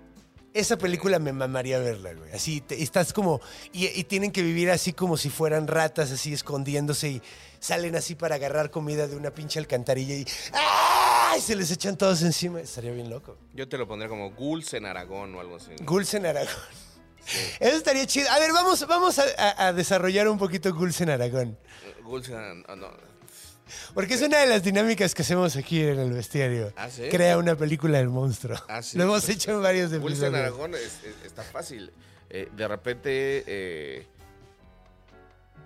Esa película me mamaría verla, güey. Así, te, estás como... Y, y tienen que vivir así como si fueran ratas, así escondiéndose y salen así para agarrar comida de una pinche alcantarilla y... ¡ay! Se les echan todos encima. Estaría bien loco. Yo te lo pondría como Ghouls en Aragón o algo así. Ghouls en Aragón. Sí. Eso estaría chido. A ver, vamos, vamos a, a, a desarrollar un poquito Ghouls en Aragón. Ghouls en... Oh, no. Porque es una de las dinámicas que hacemos aquí en el bestiario. ¿Ah, sí? Crea una película del monstruo. Ah, sí. Lo hemos Pues, hecho en varios Ghouls episodios. en Aragón es, es, está fácil. Eh, de repente... Eh,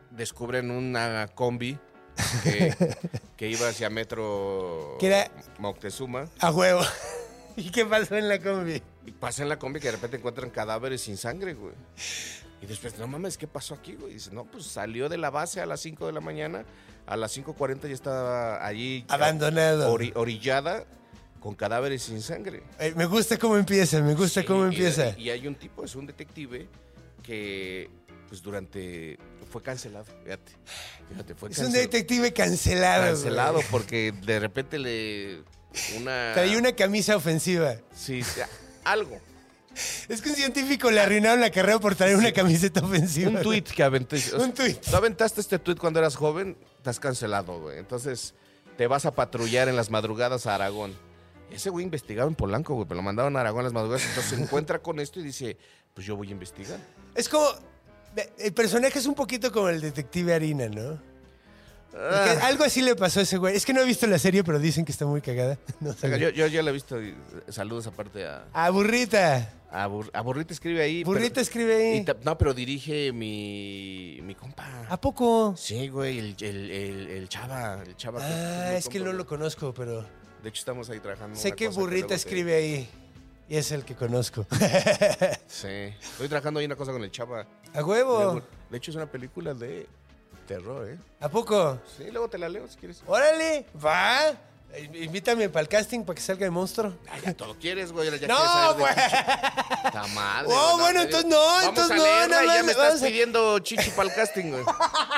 descubren una combi que, que iba hacia Metro ¿Qué era? Moctezuma. A huevo. ¿Y qué pasó en la combi? Y pasa en la combi que de repente encuentran cadáveres sin sangre, güey. Y después, no mames, ¿qué pasó aquí, güey? Y dice, no, pues salió de la base a las cinco de la mañana. A las cinco cuarenta ya estaba allí. Abandonado. Ori- orillada con cadáveres sin sangre. Eh, me gusta cómo empieza, me gusta Sí, cómo y- empieza. Y, y hay un tipo, es un detective que, pues durante. Fue cancelado, fíjate. Fíjate, fue Es un cancel- detective cancelado. cancelado güey. porque de repente le. Una. Traía una camisa ofensiva. Sí, sí, algo. Es que un científico le arruinaron la carrera por traer una camiseta ofensiva. Un tuit que aventé. Un tuit. Tú aventaste este tuit cuando eras joven, estás cancelado, güey. Entonces, te vas a patrullar en las madrugadas a Aragón. Ese güey investigaba en Polanco, güey, pero lo mandaron a Aragón en las madrugadas. Entonces se encuentra con esto y dice, pues yo voy a investigar. Es como... El personaje es un poquito como el detective Harina, ¿no? Porque Ah. algo así le pasó a ese güey. Es que no he visto la serie, pero dicen que está muy cagada. No sé. Yo, yo ya la he visto. Y saludos aparte a... Ah, Burrita. A, Bur- a Burrita escribe ahí. Burrita pero- escribe ahí. y ta- no, pero dirige mi, mi compa. ¿A poco? Sí, güey, el, el, el, el chava. El chava Ah, mi es que compa, no lo güey. conozco, pero... De hecho, estamos ahí trabajando. Sé una que cosa Burrita luego te- escribe ahí. Y es el que conozco. Sí. Estoy trabajando ahí una cosa con el chava. ¿A huevo? De hecho, es una película de terror, ¿eh? ¿A poco? Sí, luego te la leo si quieres. ¡Órale! ¡Va! Eh, Invítame para el casting para que salga el monstruo. Ay, ya todo quieres, güey. Ya ¡No, quieres saber de güey! chichi. Está mal. Oh, güey, bueno, te entonces digo. no, Vamos entonces a no, leerla nada y ya más, me estás vamos a- pidiendo chichi para el casting, güey.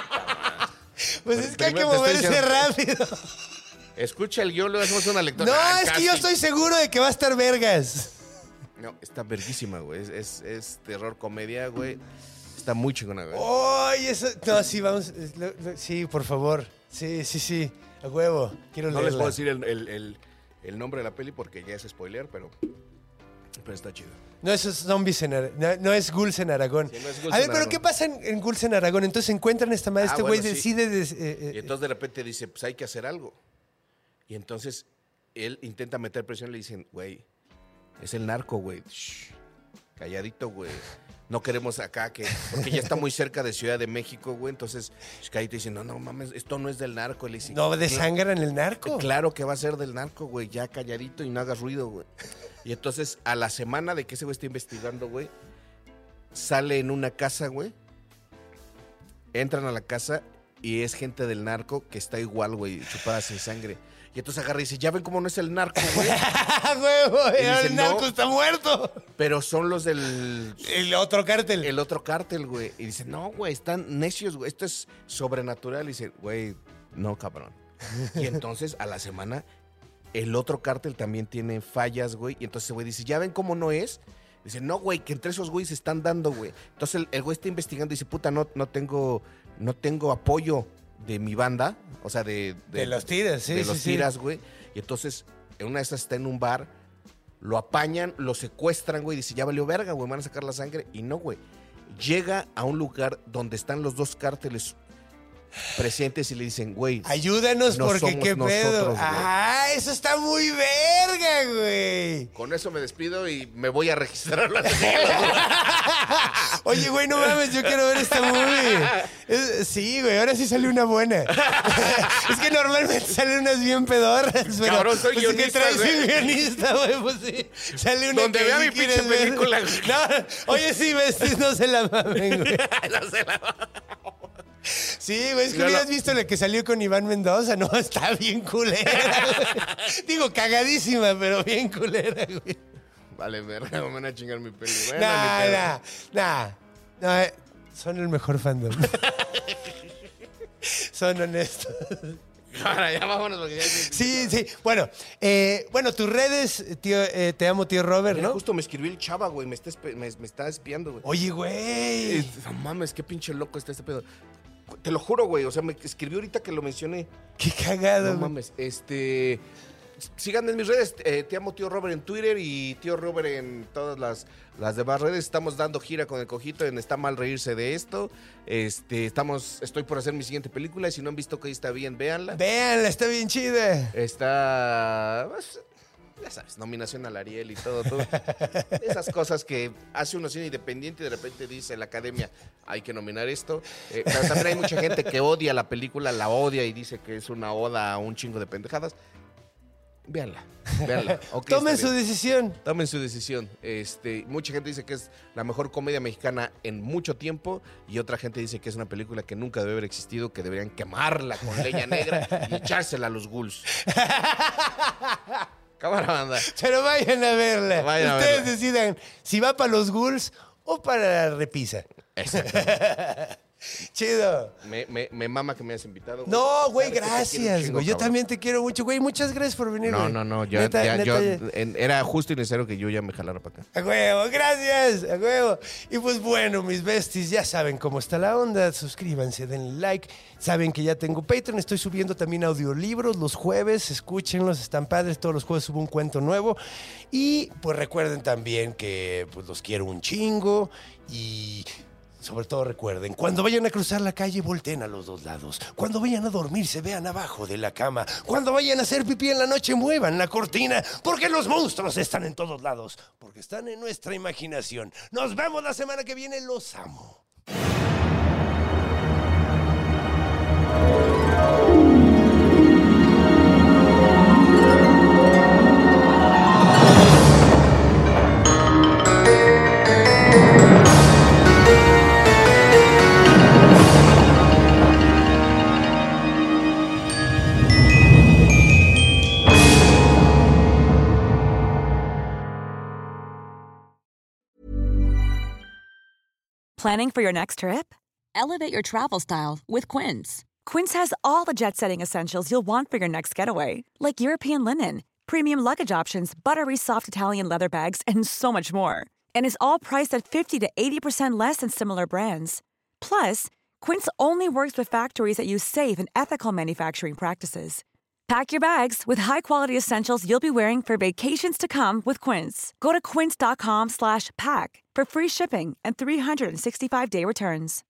Pues es que hay que Primero te estoy moverse diciendo- rápido. Escucha el guión, luego hacemos una lectura. No, Ah, es que yo casting. estoy seguro de que va a estar vergas. No, está verguísima, güey. Es, es, es terror comedia, güey. Está muy chingona, güey. ¡Ay, eso! No, sí, vamos. es lo- lo- Sí, por favor. Sí, sí, sí. A huevo. Quiero No leerla. les puedo decir el, el, el, el nombre de la peli porque ya es spoiler, pero, pero está chido. No, eso es zombies en Aragón. No, no es Ghouls en Aragón. Sí, no es Ghouls a ver, en pero Aragón. ¿qué pasa en, en Ghouls en Aragón? Entonces encuentran esta madre. Ah, Este güey bueno, sí. decide. des- eh, eh, Y entonces de repente dice, pues hay que hacer algo. Y entonces él intenta meter presión y le dicen, güey, es el narco, güey. Shh, calladito, güey. No queremos acá que... Porque ya está muy cerca de Ciudad de México, güey. Entonces, calladito dice, no, no mames, esto no es del narco. Y le dice, no desangran el narco. claro que va a ser del narco, güey. Ya calladito y no hagas ruido, güey. Y entonces, a la semana de que ese güey está investigando, güey, sale en una casa, güey. Entran a la casa y es gente del narco que está igual, güey, chupada sin sangre. Y entonces agarra y dice, ya ven cómo no es el narco, güey. ¡Ah, huevo! Y dice, El narco "No". está muerto. Pero son los del... El otro cártel. El otro cártel, güey. Y dice, no, güey, están necios, güey. Esto es sobrenatural. Y dice, güey, no, cabrón. Y entonces, a la semana, el otro cártel también tiene fallas, güey. Y entonces, güey, dice, ¿ya ven cómo no es? Dice, no, güey, que entre esos güeyes se están dando, güey. Entonces, el, el güey está investigando y dice, puta, no, no tengo, no tengo apoyo de mi banda. O sea, de... De los tiras, sí, De sí, los sí. tiras, güey. Y entonces, en una de esas está en un bar, lo apañan, lo secuestran, güey. Dice, ya valió verga, güey, me van a sacar la sangre. Y no, güey. Llega a un lugar donde están los dos cárteles presentes y le dicen, güey, Ayúdanos no porque somos qué pedo. nosotros, güey. Ah, eso está muy verga, güey. con eso me despido y me voy a registrar la Oye, güey, no mames, yo quiero ver esta movie. Es- sí, güey, ahora sí sale una buena. Es que normalmente salen unas bien pedorras, pero... Cabrón, soy pues, ¿qué guionista, traes güey? un guionista, güey? Pues sí, sale una Donde que vea sí mi pinche quieres ver. película, güey. No, oye, sí, ves, no se la mamen, güey. No se la- Sí, güey, es que No, hubieras no. visto la que salió con Iván Mendoza. No, está bien culera, güey. Digo, cagadísima, pero bien culera, güey. Vale, verga, me van a chingar mi peli. Bueno, Nah, ni pedo. nah, nah. No, eh, son el mejor fandom. Son honestos. Ahora, ya vámonos porque ya... Sí, sí. Bueno, eh, bueno, tus redes, tío, eh, te amo, tío Robert, Mira, ¿no? justo me escribió el chava, güey, me está, espe- me, me está espiando, güey. Oye, güey. Eh, No mames, qué pinche loco está este pedo. Te lo juro, güey, o sea, me escribió ahorita que lo mencioné. Qué cagado. No güey. mames, este... Síganme en mis redes, eh, te amo tío Robert en Twitter y tío Robert en todas las, las demás redes. Estamos dando gira con el cojito en Está Mal Reírse de Esto. Este, estamos, estoy por hacer mi siguiente película y si no han visto que ahí está bien, véanla. Véanla, está bien chida. Está... pues, Ya sabes, nominación al Ariel y todo, todo. Esas cosas que hace uno cine independiente y de repente dice la academia, hay que nominar esto. Eh, pero también hay mucha gente que odia la película, la odia y dice que es una oda a un chingo de pendejadas. Véanla, véanla. Okay, Tomen su decisión. Tomen su decisión. Este, mucha gente dice que es la mejor comedia mexicana en mucho tiempo y otra gente dice que es una película que nunca debe haber existido, que deberían quemarla con leña negra y echársela a los ghouls. Cámara, banda. Pero vayan a verla. Vayan a Ustedes verla. decidan si va para los ghouls o para la repisa. Chido. Me, me, me mama que me hayas invitado. Güey. No, güey, Sabes que te quiero un gracias, chingo, güey. Yo cabrón. también te quiero mucho, güey. Muchas gracias por venir, No, güey. no, no. Yo, Neta, ya, neta, yo- ya. en- era justo y necesario que yo ya me jalara para acá. A huevo, gracias, a huevo. Y pues bueno, mis besties, ya saben cómo está la onda. Suscríbanse, denle like. Saben que ya tengo Patreon. Estoy subiendo también audiolibros los jueves. Escúchenlos, están padres. Todos los jueves subo un cuento nuevo. Y pues recuerden también que pues los quiero un chingo. Y sobre todo recuerden, cuando vayan a cruzar la calle, volteen a los dos lados. Cuando vayan a dormir, se vean abajo de la cama. Cuando vayan a hacer pipí en la noche, muevan la cortina. Porque los monstruos están en todos lados. Porque están en nuestra imaginación. Nos vemos la semana que viene. Los amo. Planning for your next trip? Elevate your travel style with Quince. Quince has all the jet-setting essentials you'll want for your next getaway, like European linen, premium luggage options, buttery soft Italian leather bags, and so much more. And is all priced at fifty to eighty percent less than similar brands. Plus, Quince only works with factories that use safe and ethical manufacturing practices. Pack your bags with high-quality essentials you'll be wearing for vacations to come with Quince. Go to quince.com slash pack for free shipping and three sixty-five day returns.